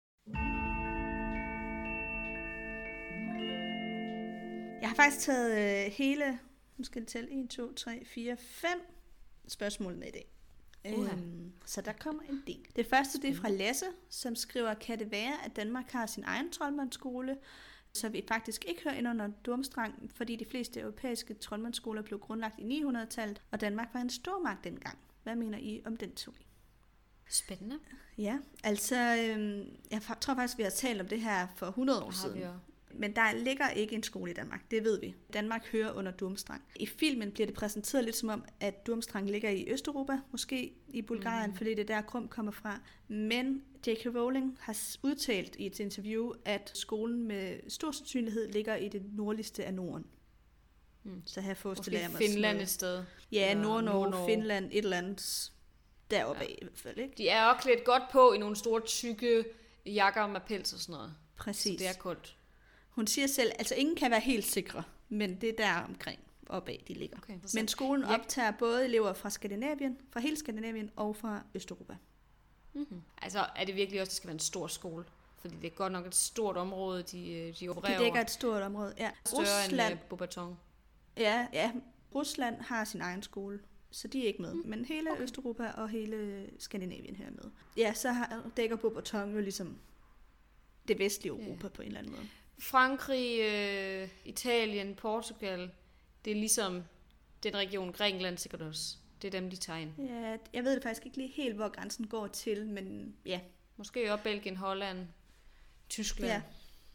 Jeg har faktisk taget øh, hele, nu skal jeg tælle, en, to, tre, fire, fem spørgsmål med i dag. Uh-huh. Øhm, så der kommer en del. Det første, det er fra Lasse, som skriver, kan det være, at Danmark har sin egen troldmandsskole, så vi faktisk ikke hører ind under Durmstrang, fordi de fleste europæiske troldmandsskoler blev grundlagt i ni hundrede-tallet, og Danmark var en stormagt dengang. Hvad mener I om den teori? Spændende. Ja, altså, øhm, jeg tror faktisk, vi har talt om det her for hundrede år siden. Men der ligger ikke en skole i Danmark, det ved vi. Danmark hører under Durmstrang. I filmen bliver det præsenteret lidt som om, at Durmstrang ligger i Østeuropa, måske i Bulgarien, mm. fordi det er der Grum kommer fra. Men J K Rowling har udtalt i et interview, at skolen med stor sandsynlighed ligger i det nordligste af Norden. Mm. Så her forestiller jeg mig Finland et sted. Ja, Nord-Norge, Finland, et eller andet deroppe ja. af, i hvert fald. Ikke? De er også klædt godt på i nogle store, tykke jakker med pels og sådan noget. Præcis. Så det er koldt. Hun siger selv, altså ingen kan være helt sikre, men det er der omkring opad, de ligger. Okay, men skolen optager både elever fra Skandinavien, fra hele Skandinavien og fra Østeuropa. Mm-hmm. Altså er det virkelig også, at det skal være en stor skole? Fordi det er godt nok et stort område, de, de opererer over. Det dækker et stort område, ja. Større Rusland, end uh, Beauxbatons. Ja, ja, Rusland har sin egen skole, så de er ikke med. Mm. Men hele okay. Østeuropa og hele Skandinavien her med. Ja, så har, dækker Beauxbatons jo ligesom det vestlige Europa yeah. på en eller anden måde. Frankrig, øh, Italien, Portugal, det er ligesom den region, Grækenland sikkert også. Det er dem, de tager ind. Ja, jeg ved det faktisk ikke lige helt, hvor grænsen går til, men ja. Måske også Belgien, Holland, Tyskland. Ja.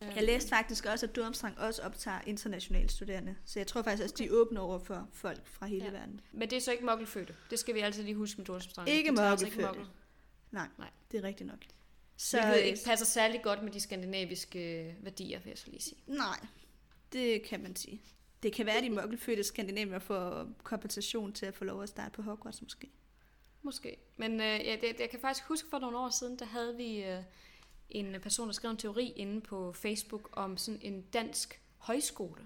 Jeg læste faktisk også, at Durmstrang også optager internationale studerende. Så jeg tror faktisk også, okay. de er åbne over for folk fra hele ja. verden. Men det er så ikke mokkelfødte. Det skal vi altid lige huske med Durmstrang. Ikke mokkelfødte. Mokkel. Nej, Nej, det er rigtigt nok. Så det ikke passer særlig godt med de skandinaviske værdier, vil jeg så lige sige. Nej, det kan man sige. Det kan være, at de mokkelfødte skandinaver får kompensation til at få lov at starte på Hogwarts, måske. Måske. Men øh, ja, det, jeg kan faktisk huske, for nogle år siden, der havde vi øh, en person, der skrev en teori inde på Facebook om sådan en dansk højskole.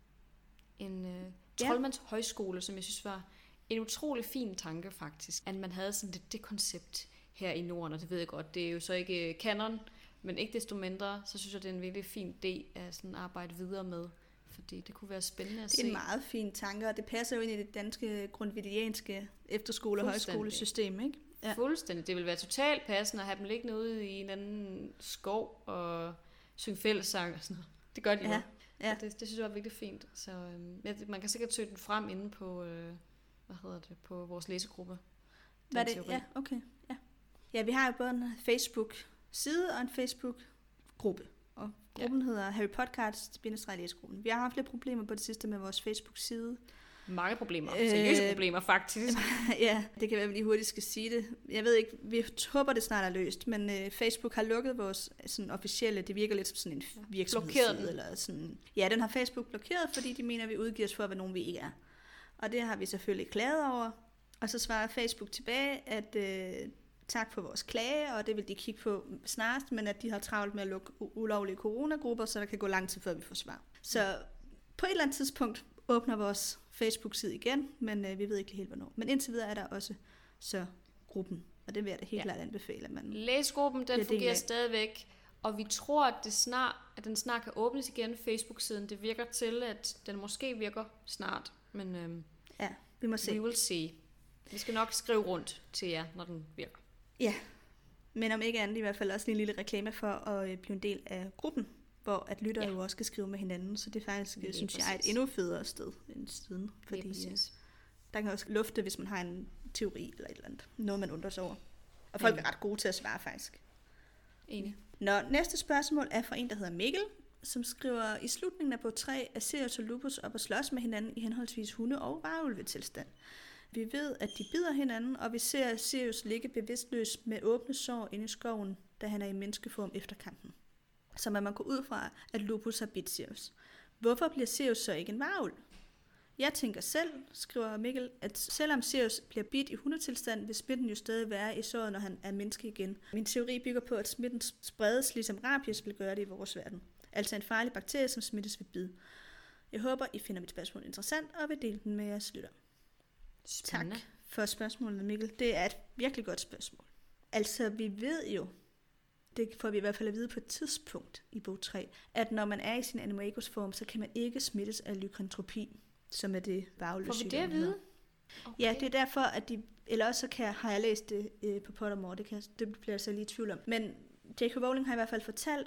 En øh, troldmands ja. højskole, som jeg synes var en utrolig fin tanke faktisk. At man havde sådan det, det koncept her i Norden, og det ved jeg godt, det er jo så ikke kanon, men ikke desto mindre, så synes jeg, det er en virkelig fin idé at sådan arbejde videre med. Fordi det kunne være spændende at se. Det er en meget fin tanke, og det passer jo ind i det danske grundvidianske efterskole- og højskolesystem, ikke? Ja. Fuldstændig. Det vil være totalt passende at have dem liggende ude i en anden skov og synge fællessang og sådan noget. Det gør de ja. jo. Ja. Det, det synes jeg var virkelig fint. Så øhm, ja, man kan sikkert søge den frem inde på, øh, hvad hedder det, på vores læsegruppe. Hvad det? Ja, okay. Ja. ja, vi har jo både en Facebook-side og en Facebook-gruppe. Og gruppen ja. hedder Harry Podcast-læsegruppen. Vi har haft lidt problemer på det sidste med vores Facebook-side. Mange problemer. Seriøse øh, problemer, faktisk. Ja, det kan være, at vi lige hurtigt skal sige det. Jeg ved ikke, vi håber, det snart er løst, men øh, Facebook har lukket vores sådan, officielle, det virker lidt som sådan en virksomhedsside. Eller sådan. Ja, den har Facebook blokeret, fordi de mener, at vi udgiver os for, hvad nogen vi ikke er. Og det har vi selvfølgelig klaget over. Og så svarer Facebook tilbage, at øh, tak for vores klage, og det vil de kigge på snarest, men at de har travlt med at lukke ulovlige coronagrupper, så der kan gå lang tid, før vi får svar. Så på et eller andet tidspunkt åbner vores Facebook-side igen, men øh, vi ved ikke helt, hvornår. Men indtil videre er der også så gruppen, og det vil jeg da helt ja. klart anbefale. At man Læsegruppen, den fungerer stadigvæk, og vi tror, at, det snart, at den snart kan åbnes igen, Facebook-siden. Det virker til, at den måske virker snart, men øh, ja, vi må se. We will see. Vi skal nok skrive rundt til jer, når den virker. Ja, men om ikke andet i hvert fald også en lille reklame for at blive en del af gruppen, hvor at lyttere ja. jo også skal skrive med hinanden, så det er faktisk, det synes jeg, er et endnu federe sted end siden, fordi ja, der kan også lufte, hvis man har en teori eller et eller andet, noget man undrer sig over. Og folk er ret gode til at svare faktisk. Enig. Nå, næste spørgsmål er fra en, der hedder Mikkel, som skriver, i slutningen af bog tre er Sirius og Lupus op og slås med hinanden i henholdsvis hunde- og varulvetilstand. Vi ved, at de bider hinanden, og vi ser Sirius ligge bevidstløs med åbne sår inde i skoven, da han er i menneskeform efter kampen. Så man må gå ud fra, at Lupus har bidt Sirius. Hvorfor bliver Sirius så ikke en varulv? Jeg tænker selv, skriver Mikkel, at selvom Sirius bliver bidt i hundetilstand, vil smitten jo stadig være i såret, når han er menneske igen. Min teori bygger på, at smitten spredes, ligesom rabies vil gøre det i vores verden. Altså en farlig bakterie, som smittes ved bid. Jeg håber, I finder mit spørgsmål interessant, og vil dele den med jeres lytter. Spændende. Tak for spørgsmålet, Mikkel. Det er et virkelig godt spørgsmål. Altså, vi ved jo, det får vi i hvert fald at vide på et tidspunkt i bog tre, at når man er i sin animagus-form, så kan man ikke smittes af lykantropi, som er det varulvesygdom. Får vi det at vide? Okay. Ja, det er derfor, at de, eller også så kan, har jeg læst det øh, på Pottermore, det, kan, det bliver jeg så lige i tvivl om. Men J K Rowling har i hvert fald fortalt,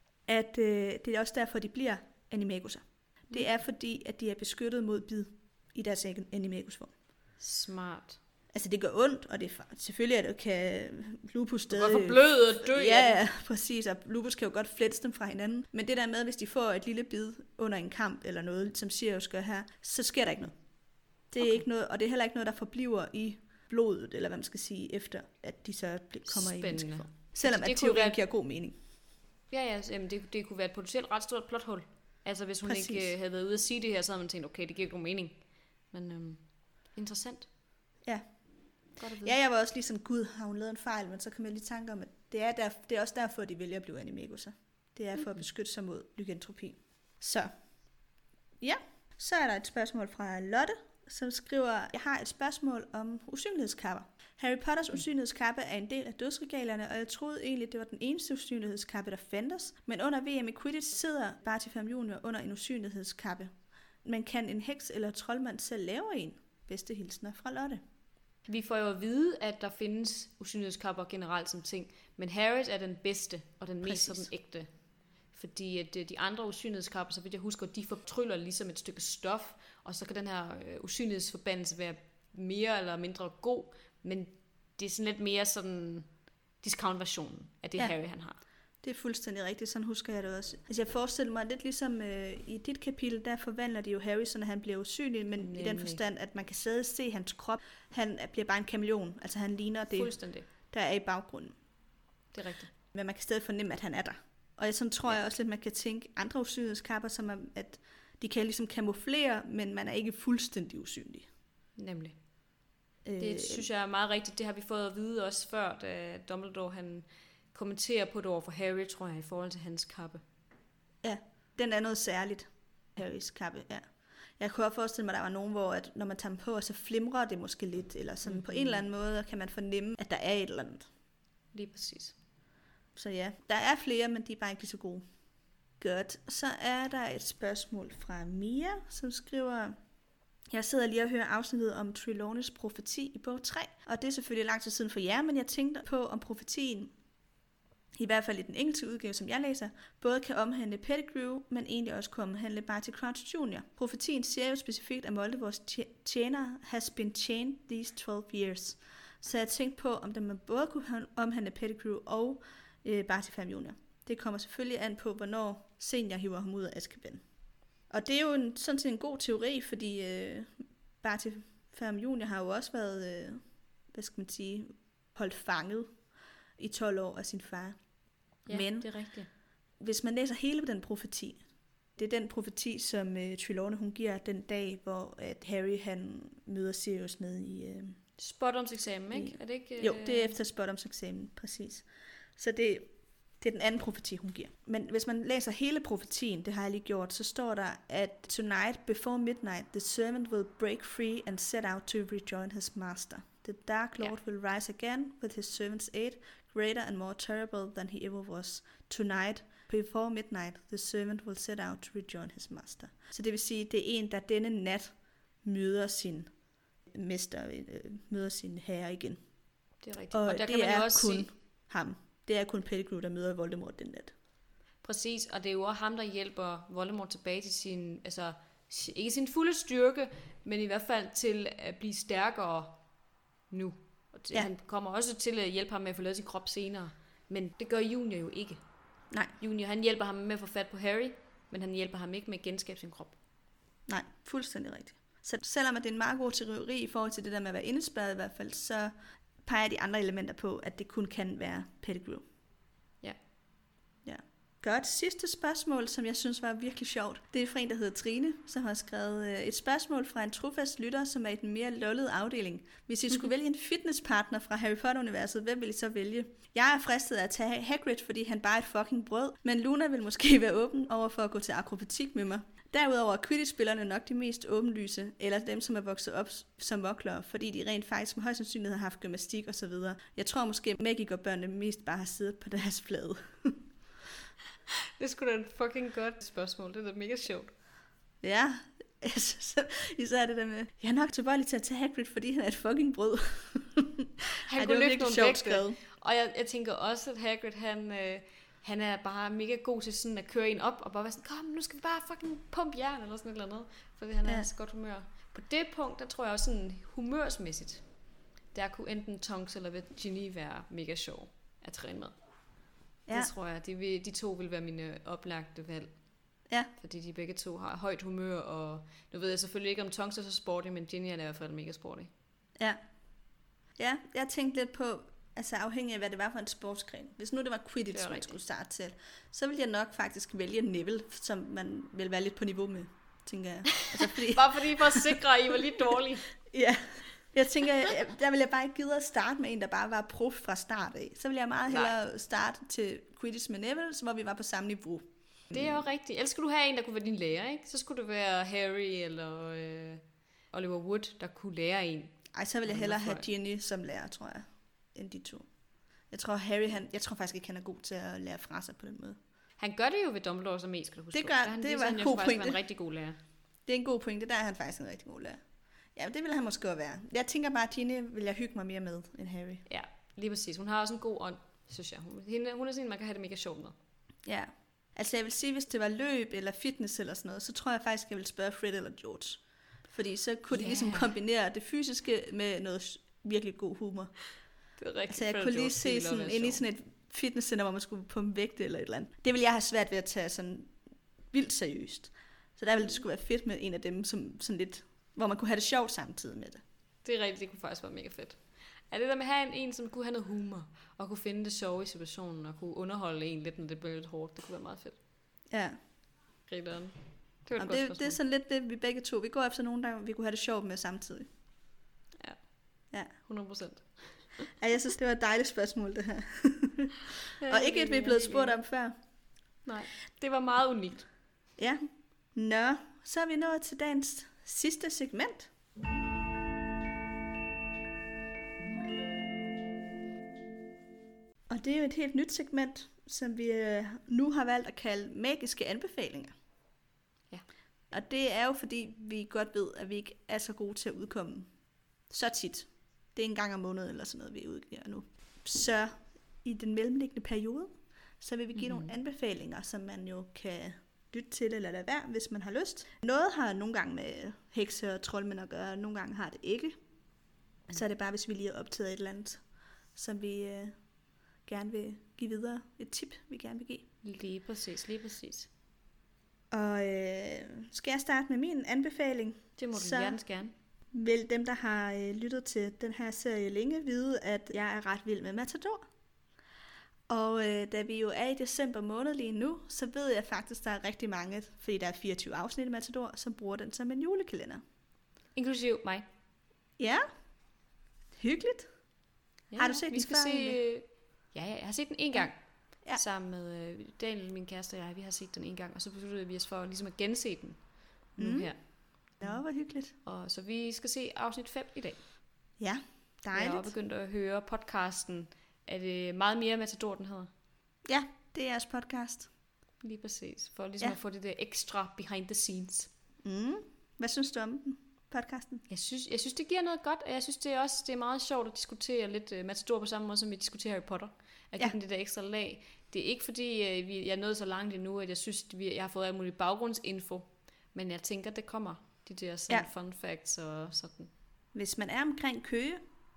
at øh, det er også derfor, de bliver animaguser. Mm. Det er fordi, at de er beskyttet mod bid i deres animagus-form. Smart. Altså det gør ondt, og det er selvfølgelig, at det kan Lupus stadig... Hvorfor bløde og dø? Ja, præcis, og Lupus kan jo godt flette dem fra hinanden. Men det der med, hvis de får et lille bid under en kamp, eller noget, som Sirius gør her, så sker der ikke noget. Det er okay. ikke noget, og det er heller ikke noget, der forbliver i blodet, eller hvad man skal sige, efter at de så kommer Spændende. i menneskeform. Selvom altså, at teorien være... giver god mening. Ja, ja, jamen det, det kunne være et potentielt ret stort plothul. Altså hvis hun præcis. ikke havde været ude at sige det her, så havde man tænkt, okay, det giver god mening. Men øhm, interessant. Ja. Ja, jeg var også lige sådan, gud, har hun lavet en fejl, men så kom jeg lige i tanke om, at det er, der, det er også derfor, at de vælger at blive animaguser. Det er for at beskytte sig mod lykantropi. Så, ja, så er der et spørgsmål fra Lotte, som skriver, jeg har et spørgsmål om usynlighedskapper. Harry Potters usynlighedskappe er en del af dødsregalierne, og jeg troede egentlig, det var den eneste usynlighedskappe, der fandtes. Men under V M i Quidditch sidder Barty junior under en usynlighedskappe. Men kan en heks eller troldmand selv lave en? Bedste hilsner fra Lotte. Vi får jo at vide, at der findes usynlighedskapper generelt som ting, men Harry er den bedste og den mest sådan ægte. Fordi at de andre usynlighedskapper, så vidt jeg husker, de fortryller ligesom et stykke stof, og så kan den her usynlighedsforbandelse være mere eller mindre god, men det er sådan lidt mere sådan discount-versionen af det, ja. Harry han har. Det er fuldstændig rigtigt, sådan husker jeg det også. Altså jeg forestiller mig lidt ligesom øh, i dit kapitel, der forvandler de jo Harry, så han bliver usynlig, men Nemlig. i den forstand, at man kan stadig se hans krop. Han bliver bare en kameleon, altså han ligner det, der er i baggrunden. Det er rigtigt. Men man kan stadig fornemme, at han er der. Og sådan tror ja. jeg også lidt, man kan tænke andre usynlighedskapper, som er, at de kan ligesom kamuflere, men man er ikke fuldstændig usynlig. Nemlig. Øh, det synes jeg er meget rigtigt. Det har vi fået at vide også før, da Dumbledore han kommenterer på det over for Harry, tror jeg, i forhold til hans kappe. Ja, den er noget særligt. Harrys kappe, ja. Jeg kunne også forestille mig, at der var nogen, hvor at når man tager dem på, så flimrer det måske lidt, eller sådan mm-hmm. på en eller anden måde kan man fornemme, at der er et eller andet. Lige præcis. Så ja, der er flere, men de er bare ikke lige så gode. Godt. Så er der et spørgsmål fra Mia, som skriver: Jeg sidder lige og hører afsnittet om Trelawneys profeti i bog tre, og det er selvfølgelig lang tid siden for jer, men jeg tænkte på, om profetien, i hvert fald i den engelske udgave, som jeg læser, både kan omhandle Pettigrew, men egentlig også kan omhandle Barty Crouch junior Profetien siger jo specifikt, at Voldemorts tjener has been chained these twelve years. Så jeg tænkte på, om den både kunne omhandle Pettigrew og øh, Barty Crouch junior Det kommer selvfølgelig an på, hvornår senior hiver ham ud af Azkaban. Og det er jo en, sådan set en god teori, fordi øh, Barty Crouch junior har jo også været, øh, hvad skal man sige, holdt fanget i tolv år af sin far. Ja, Men det er rigtigt. Hvis man læser hele den profeti, det er den profeti, som uh, Trelawney hun giver den dag, hvor at Harry han møder Sirius nede i... Uh, Spottoms eksamen, ikke? I, er det ikke uh... Jo, det er efter Spottoms eksamen, præcis. Så det, det er den anden profeti, hun giver. Men hvis man læser hele profetien, det har jeg lige gjort, så står der, at tonight before midnight, the servant will break free and set out to rejoin his master. The Dark Lord yeah. will rise again with his servant's aid, greater and more terrible than he ever was. Tonight, before midnight, the servant will set out to rejoin his master. Så det vil sige, det er en, der denne nat møder sin mester, øh, møder sin herre igen. Det er rigtigt. Og, og der det kan man er jo også kun sige... ham. Det er kun Pettigrew, der møder Voldemort den nat. Præcis, og det er jo også ham, der hjælper Voldemort tilbage til sin, altså ikke sin fulde styrke, men i hvert fald til at blive stærkere nu. Og ja. Han kommer også til at hjælpe ham med at få lavet sin krop senere. Men det gør Junior jo ikke. Nej. Junior, han hjælper ham med at få fat på Harry, men han hjælper ham ikke med at genskabe sin krop. Nej, fuldstændig rigtigt. Så selvom det er en meget god teori i forhold til det der med at være indespærret i hvert fald, så peger de andre elementer på, at det kun kan være Pettigrew. Ja. Ja. Godt. Sidste spørgsmål, som jeg synes var virkelig sjovt. Det er fra en, der hedder Trine, som har skrevet et spørgsmål fra en trofast lytter, som er i den mere lollede afdeling. Hvis I skulle vælge en fitnesspartner fra Harry Potter-universet, hvem vil I så vælge? Jeg er fristet af at tage Hagrid, fordi han bare er et fucking brød, men Luna vil måske være åben over for at gå til akrobatik med mig. Derudover er Quidditch-spillerne nok de mest åbenlyse, eller dem, som er vokset op som voklere, fordi de rent faktisk med høj sandsynlighed har haft gymnastik osv. Jeg tror måske, magikerbørnene mest bare har siddet på deres flade. Det er sgu da et fucking godt spørgsmål. Det er da mega sjovt. Ja, især det der med, jeg er nok tilbøjelig til at tage Hagrid, fordi han er et fucking brød. Han Ej, kunne løfte nogle vægte. Og jeg, jeg tænker også, at Hagrid, han, øh, han er bare mega god til sådan at køre en op, og bare være sådan, kom, nu skal vi bare fucking pumpe jern, eller sådan et eller andet. Fordi han er ja. så godt humør. På det punkt, der tror jeg også sådan humørsmæssigt, der kunne enten Tonks eller Virginie være mega sjov at træne med. Ja. Det tror jeg, de, vil, de to vil være mine oplagte valg. Ja. Fordi de begge to har højt humør, og nu ved jeg selvfølgelig ikke, om Tonks er så sporty, men Ginny er i hvert fald mega sporty. Ja. Ja, jeg tænkte lidt på, altså afhængig af, hvad det var for en sportsgren. Hvis nu det var Quidditch, det man skulle starte til, så ville jeg nok faktisk vælge Neville, som man vil være lidt på niveau med, tænker jeg. Altså, fordi... Bare fordi for at sikre, at I var lidt dårlige. Ja. Jeg tænker, jeg, der vil jeg bare ikke gide at starte med en, der bare var prof fra start af. Så vil jeg meget hellere Nej. starte til Quidditch med Neville, hvor vi var på samme niveau. Det er jo rigtigt. Ellers skulle du have en, der kunne være din lærer, ikke? Så skulle det være Harry eller øh, Oliver Wood, der kunne lære en. Ej, så vil jeg hellere have Ginny som lærer, tror jeg, end de to. Jeg tror, Harry, han, jeg tror faktisk ikke, han er god til at lære fra sig på den måde. Han gør det jo ved Dumbledore som mest, skal du huske. Det gør, han det var en god pointe. Han en rigtig god lærer. Det er en god pointe, der er han faktisk en rigtig god lærer. Ja, det vil han måske også være. Jeg tænker bare, at Ginny vil jeg hygge mig mere med end Harry. Ja, lige præcis. Hun har også en god ånd, synes jeg. Hun, hun er sådan, man kan have det mega sjovt med. Ja. Altså jeg vil sige, hvis det var løb eller fitness eller sådan noget, så tror jeg faktisk, jeg vil spørge Fred eller George. Fordi så kunne yeah. de ligesom kombinere det fysiske med noget virkelig god humor. Det er rigtigt. Altså jeg kunne lige se sådan ind i sådan et fitnesscenter, hvor man skulle pumpe vægte eller et eller andet. Det ville jeg have svært ved at tage sådan vildt seriøst. Så der ville det skulle være fedt med en af dem, som sådan lidt, hvor man kunne have det sjovt samtidig med det. Det er rigtigt, det kunne faktisk være mega fedt. Er det der med at have en, en, som kunne have noget humor, og kunne finde det sjove i situationen, og kunne underholde en lidt, når det blev lidt hårdt, det kunne være meget fedt. Ja. Grineren. Det, det, det, det er sådan lidt det, vi begge to, vi går efter nogen, der vi kunne have det sjovt med samtidig. Ja, ja. hundrede procent. Ja, jeg synes, det var et dejligt spørgsmål, det her. Og ikke et, vi er blevet spurgt om før. Nej, det var meget unikt. Ja. Nå, så er vi nået til dagens sidste segment. Og det er jo et helt nyt segment, som vi nu har valgt at kalde magiske anbefalinger. Ja. Og det er jo fordi, vi godt ved, at vi ikke er så gode til at udkomme så tit. Det er en gang om måneden eller sådan noget, vi udgiver nu. Så i den mellemliggende periode, så vil vi give mm-hmm. nogle anbefalinger, som man jo kan lytte til eller lade være, hvis man har lyst. Noget har nogle gange med hekse og troldmænd at gøre, nogle gange har det ikke. Mm. Så er det bare, hvis vi lige har optaget et eller andet, som vi øh, gerne vil give videre. Et tip, vi gerne vil give. Lige præcis, lige præcis. Og øh, skal jeg starte med min anbefaling? Det må du gerne gerne. Vil dem, der har øh, lyttet til den her serie længe, vide, at jeg er ret vild med Matador. Og øh, da vi jo er i december måned lige nu, så ved jeg faktisk, der er rigtig mange, fordi der er fireogtyve afsnit af Matador, som bruger den som en julekalender. Inklusiv mig. Ja, hyggeligt. Ja, har du set vi den skal før? Se, øh, ja, jeg har set den en gang. Ja. Sammen med øh, Daniel, min kæreste og jeg, vi har set den en gang, og så besluttede vi os for ligesom at gense den nu mm. her. Nå, hvor hyggeligt. Og så vi skal se afsnnit fem i dag. Ja, dejligt. Jeg har begyndt at høre podcasten. Er det meget mere Matador, den hedder? Ja, det er jeres podcast. Lige præcis. For ligesom ja. at få det der ekstra behind the scenes. Mm. Hvad synes du om den, podcasten? Jeg synes, jeg synes, det giver noget godt, og jeg synes det er også det er meget sjovt at diskutere lidt uh, Matador på samme måde, som vi diskuterer Harry Potter. At give ja. den det der ekstra lag. Det er ikke fordi, uh, vi, jeg er nået så langt endnu, at jeg synes, vi, jeg har fået alt muligt baggrundsinfo. Men jeg tænker, det kommer. De der sådan ja. fun facts og sådan. Hvis man er omkring Køge,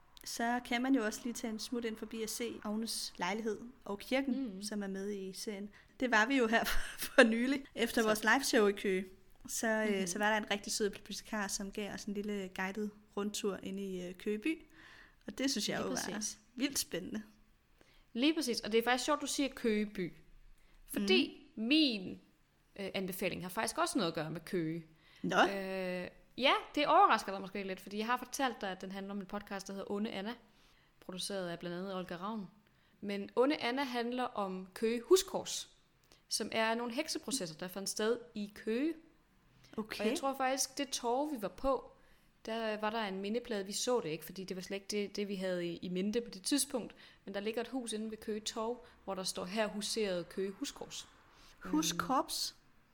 så kan man jo også lige tage en smut ind forbi at se Agnes lejlighed og kirken, mm. som er med i serien. Det var vi jo her for nylig, efter så. vores liveshow i Køge. Så, mm-hmm. øh, så var der en rigtig sød bibliotekar, som gav os en lille guided rundtur ind i øh, Køge by. Og det synes jeg lige jo præcis. var vildt spændende. Lige præcis, og det er faktisk sjovt, du siger Køge by. Fordi mm. min øh, anbefaling har faktisk også noget at gøre med Køge. Nå. Øh, ja, det overrasker dig måske lidt, fordi jeg har fortalt dig, at den handler om en podcast, der hedder Onde Anna, produceret af blandt andet Olga Ravn. Men Onde Anna handler om Køge Huskors, som er nogle hekseprocesser, der fandt sted i Køge. Okay. Og jeg tror faktisk, det torv, vi var på, der var der en mindeplade, vi så det ikke, fordi det var slet ikke det, det vi havde i, i minde på det tidspunkt. Men der ligger et hus inde ved Køge Torv, hvor der står her huseret Køge Huskors. Huskorps?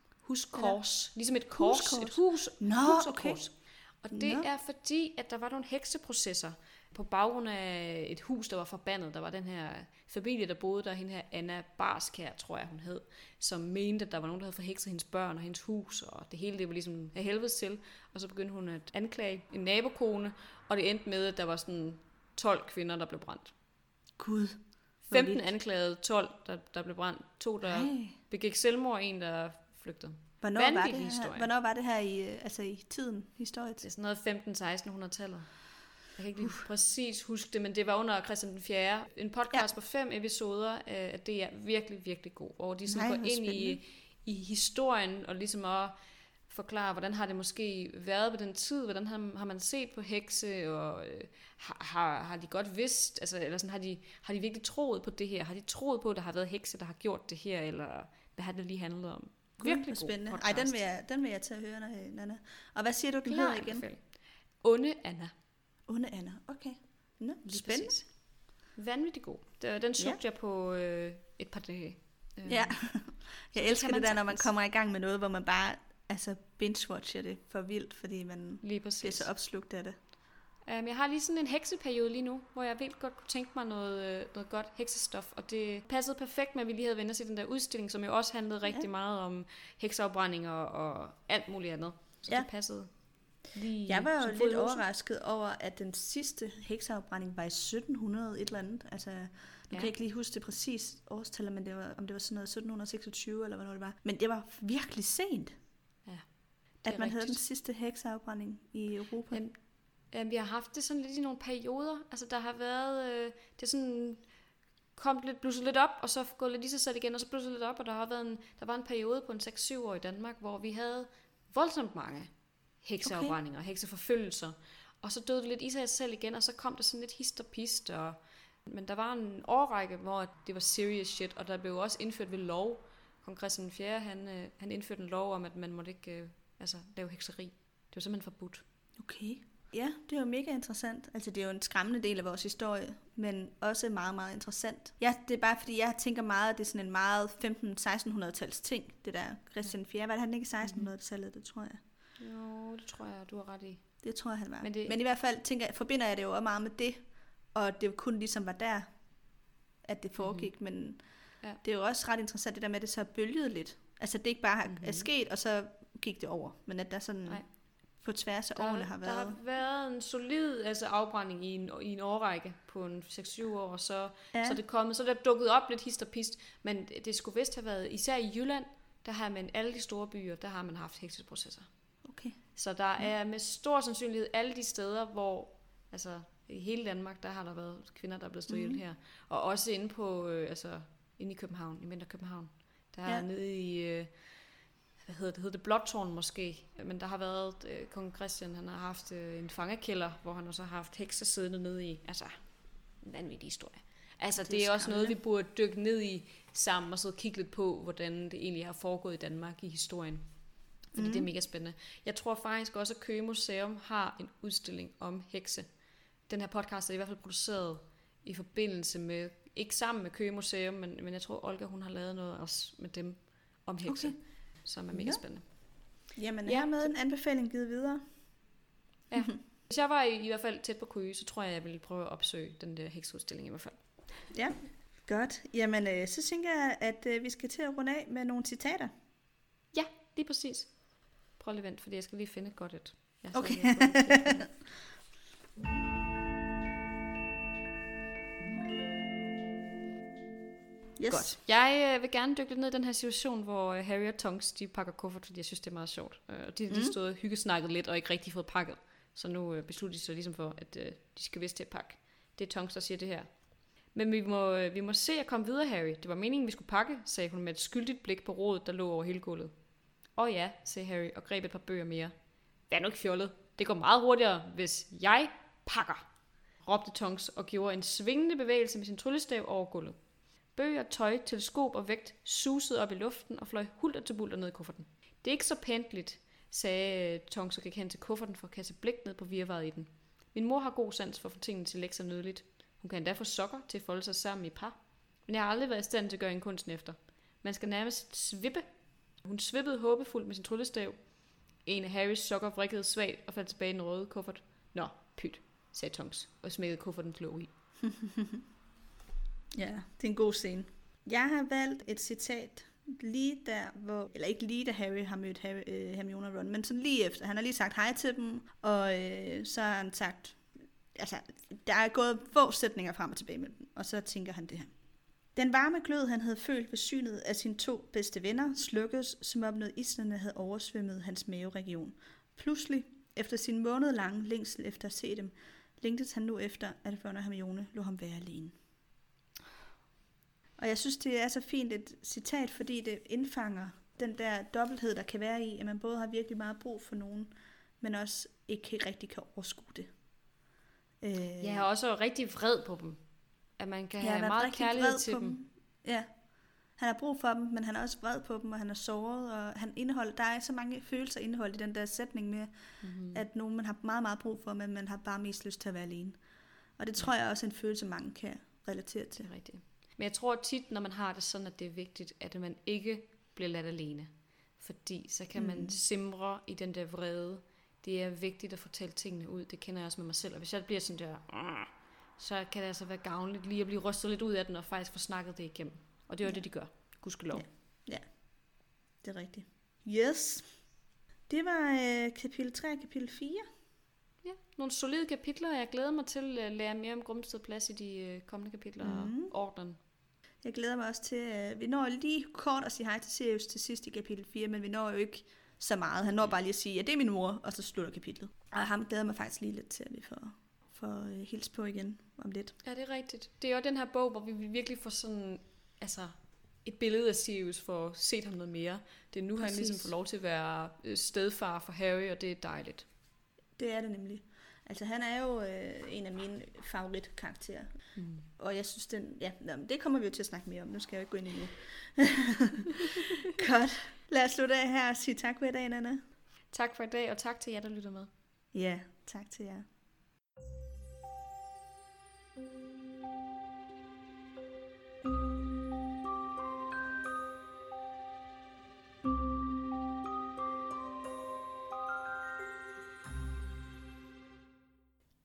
Huskors. Ligesom et kors. Huskors. Et hus. Nå, hus og okay. kors. Og det Nå. er fordi, at der var nogle hekseprocesser på baggrund af et hus, der var forbandet. Der var den her familie, der boede der, hende her Anna Barskær, tror jeg hun hed, som mente, at der var nogen, der havde forhekset hendes børn og hendes hus, og det hele det var ligesom af helvedes til. Og så begyndte hun at anklage en nabokone, og det endte med, at der var sådan tolv kvinder, der blev brændt. Gud. femten anklagede, tolv, der, der blev brændt. To, der Ej. begik selvmord, en, der flygtede. Hvornår var, det her, hvornår var det her i, altså i tiden, historisk? Det er sådan noget femten seksten hundrede-tallet. Jeg kan ikke lige uh. præcis huske det, men det var under Christian den fjerde. En podcast ja. på fem episoder, at det er virkelig, virkelig god. Og de sådan Nej, går ind i, i historien, og ligesom at forklare, hvordan har det måske været på den tid, hvordan har, har man set på hekse, og øh, har, har de godt vidst, altså, eller sådan, har, de, har de virkelig troet på det her? Har de troet på, at der har været hekse, der har gjort det her, eller hvad har det lige handlet om? Virkelig god spændende. Ej, den vil, jeg, den vil jeg tage at høre, Nanna. Og hvad siger du, den Klar, hedder igen? Anbefale. Onde Anna. Onde Anna, okay. Nå, spændende. Præcis. Vanvittig god. Den så ja. jeg på øh, et par dage. Øh, ja, jeg elsker det der, når man kommer i gang med noget, hvor man bare altså binge-watcher det for vildt, fordi man bliver så opslugt af det. Um, jeg har lige sådan en hekseperiode lige nu, hvor jeg virkelig godt kunne tænke mig noget, noget godt heksestof, og det passede perfekt med, at vi lige havde vendt os i den der udstilling, som jo også handlede rigtig ja. meget om hekseafbrændinger og alt muligt andet. Så ja. det passede lige. Jeg var jo lidt overrasket over, at den sidste hekseafbrænding var i sytten hundrede et eller andet. Altså, Nu ja. kan jeg ikke lige huske det præcis årstallet, men det var, om det var sådan noget sytten seksogtyve, eller hvad det var. Men det var virkelig sent, ja, at man rigtigt. havde den sidste hekseafbrænding i Europa. Jamen, jamen, vi har haft det sådan lidt i nogle perioder. Altså, der har været... Øh, det er sådan... kom lidt, blusset lidt op, og så gået lidt i sig selv igen, og så blusset lidt op, og der har været en, der var en periode på en seks syv år i Danmark, hvor vi havde voldsomt mange hekseafbrændinger, okay. hekseforfølgelser, og så døde det lidt i sig selv igen, og så kom der sådan lidt hist og pist, og, men der var en årrække, hvor det var serious shit, og der blev også indført ved lov. Kong Christian den fjerde, han, han indførte en lov om, at man måtte ikke øh, altså, lave hekseri. Det var simpelthen forbudt. Okay. Ja, det er jo mega interessant. Altså, det er jo en skræmmende del af vores historie, men også meget, meget interessant. Ja, det er bare fordi, jeg tænker meget, at det er sådan en meget femten-sekstenhundrede-tals ting, det der Christian den fjerde. Var det han ikke i sekstenhundrede-tallet, det tror jeg? Jo, det tror jeg, du har ret i. Det tror jeg, han var. Men, det... men i hvert fald tænker, forbinder jeg det jo også meget med det, og det jo kun ligesom var der, at det foregik, mm-hmm. men ja. det er jo også ret interessant, det der med, at det så er bølget lidt. Altså, det ikke bare mm-hmm. er sket, og så gik det over, men at der sådan... Nej. På tværs af årene har været... Der har været en solid altså afbrænding i en, i en årrække på en seks syv år, og så, ja. så det kommet, så det er dukket op lidt hist og pist, men det skulle vist have været, især i Jylland, der har man alle de store byer, der har man haft heksesprocesser. Okay. Så der er med stor sandsynlighed alle de steder, hvor, altså i hele Danmark, der har der været kvinder, der er blevet stået ihjel mm-hmm. her, og også inde på, øh, altså inde i København, i Mindre København, der er ja. nede i... Øh, hvad hedder det, hedder det Blåtårn måske, men der har været, øh, kong Christian, han har haft øh, en fangekælder, hvor han også har haft hekser siddende nede i, altså, en vanvittig historie. Altså, det, det er, er også noget, vi burde dykke ned i sammen, og så kigge lidt på, hvordan det egentlig har foregået i Danmark i historien. Fordi mm. det er mega spændende. Jeg tror faktisk også, at Køge Museum har en udstilling om hekse. Den her podcast er i hvert fald produceret i forbindelse med, ikke sammen med Køge Museum, men, men jeg tror, Olga, hun har lavet noget også med dem om hekse. Okay. Som er mega spændende. Jamen, jeg har med en anbefaling givet videre. Ja. Hvis jeg var i, i hvert fald tæt på Køge, så tror jeg, jeg ville prøve at opsøge den der heksudstilling i hvert fald. Ja, godt. Jamen, øh, så tænker jeg, at øh, vi skal til at runde af med nogle citater. Ja, lige præcis. Prøv lige vent, fordi jeg skal lige finde et godt et. Jeg okay. Yes. Godt. Jeg øh, vil gerne dykke lidt ned i den her situation, hvor øh, Harry og Tonks, de pakker kuffert, fordi jeg synes, det er meget sjovt. Øh, de, mm. de stod og hyggesnakket lidt, og ikke rigtig fået pakket. Så nu øh, beslutter de sig ligesom for, at øh, de skal vist til at pakke. Det er Tonks, der siger det her. Men vi må, øh, vi må se at komme videre, Harry. Det var meningen, vi skulle pakke, sagde hun med et skyldigt blik på rådet, der lå over hele gulvet. Åh ja, sagde Harry og greb et par bøger mere. Vær nu ikke fjollet. Det går meget hurtigere, hvis jeg pakker, råbte Tonks og gjorde en svingende bevægelse med sin tryllestav over gulvet. Bøger, tøj, teleskop og vægt susede op i luften og fløj hulter til bulter ned i kufferten. Det er ikke så pæntligt, sagde Tonks og gik hen til kufferten for at kaste blik ned på virvaret i den. Min mor har god sans for at få tingene til at lægge sig nydeligt. Hun kan endda få sokker til at folde sig sammen i par. Men jeg har aldrig været i stand til at gøre en kunsten efter. Man skal nærmest svippe. Hun svippede håbefuldt med sin tryllestav. En af Harrys sokker vrikkede svagt og faldt tilbage i den røde kuffert. Nå, pyt, sagde Tonks og smækkede kufferten klog i. Ja, det er en god scene. Jeg har valgt et citat lige der, hvor, eller ikke lige da Harry har mødt Harry, øh, Hermione og Ron, men sådan lige efter. Han har lige sagt hej til dem, og øh, så har han sagt, altså, der er gået få sætninger frem og tilbage med dem, og så tænker han det her. Den varme glød, han havde følt ved synet af sine to bedste venner, slukkedes, som om noget isnende havde oversvømmet hans maveregion. Pludselig, efter sin månedlange længsel efter at se dem, længtes han nu efter, at Ron og Hermione lå ham være alene. Og jeg synes, det er så fint et citat, fordi det indfanger den der dobbelthed, der kan være i, at man både har virkelig meget brug for nogen, men også ikke rigtig kan overskue det. Øh, jeg er også rigtig vred på dem. At man kan ja, have meget kærlighed til dem. dem. Ja, han har brug for dem, men han er også vred på dem, og han er såret, og han indeholder, der er så mange følelser indeholdt i den der sætning med, mm-hmm. at nogen man har meget, meget brug for, men man har bare mest lyst til at være alene. Og det tror jeg også er en følelse, mange kan relatere til. Det er rigtigt. Men jeg tror tit, når man har det sådan, at det er vigtigt, at man ikke bliver ladt alene. Fordi så kan mm. man simre i den der vrede. Det er vigtigt at fortælle tingene ud. Det kender jeg også med mig selv. Og hvis jeg bliver sådan der, så kan det altså være gavnligt lige at blive rystet lidt ud af den, og faktisk få snakket det igennem. Og det er jo ja. det, de gør. Gudskelov. Ja. ja, det er rigtigt. Yes. Det var øh, kapitel tre og kapitel fire. ja, nogle solide kapitler, og jeg glæder mig til at lære mere om Grumsted Plads i de øh, kommende kapitler mm. og ordenen. Jeg glæder mig også til, at vi når lige kort at sige hej til Sirius til sidst i kapitel fire, men vi når jo ikke så meget. Han når bare lige at sige, at det er min mor, og så slutter kapitlet. Og ham glæder mig faktisk lige lidt til, at vi får, får uh, hils på igen om lidt. Ja, det er rigtigt. Det er jo den her bog, hvor vi virkelig får sådan, altså et billede af Sirius, for at se ham noget mere. Det er nu, Præcis. Han ligesom får lov til at være stedfar for Harry, og det er dejligt. Det er det nemlig. Altså han er jo øh, en af mine favoritkarakterer. Mm. Og jeg synes, den, ja, det kommer vi jo til at snakke mere om. Nu skal jeg jo ikke gå ind i nu. Godt. Lad os slutte af her og sige tak for i dag, Nana. Tak for i dag, og tak til jer, der lytter med. Ja, tak til jer.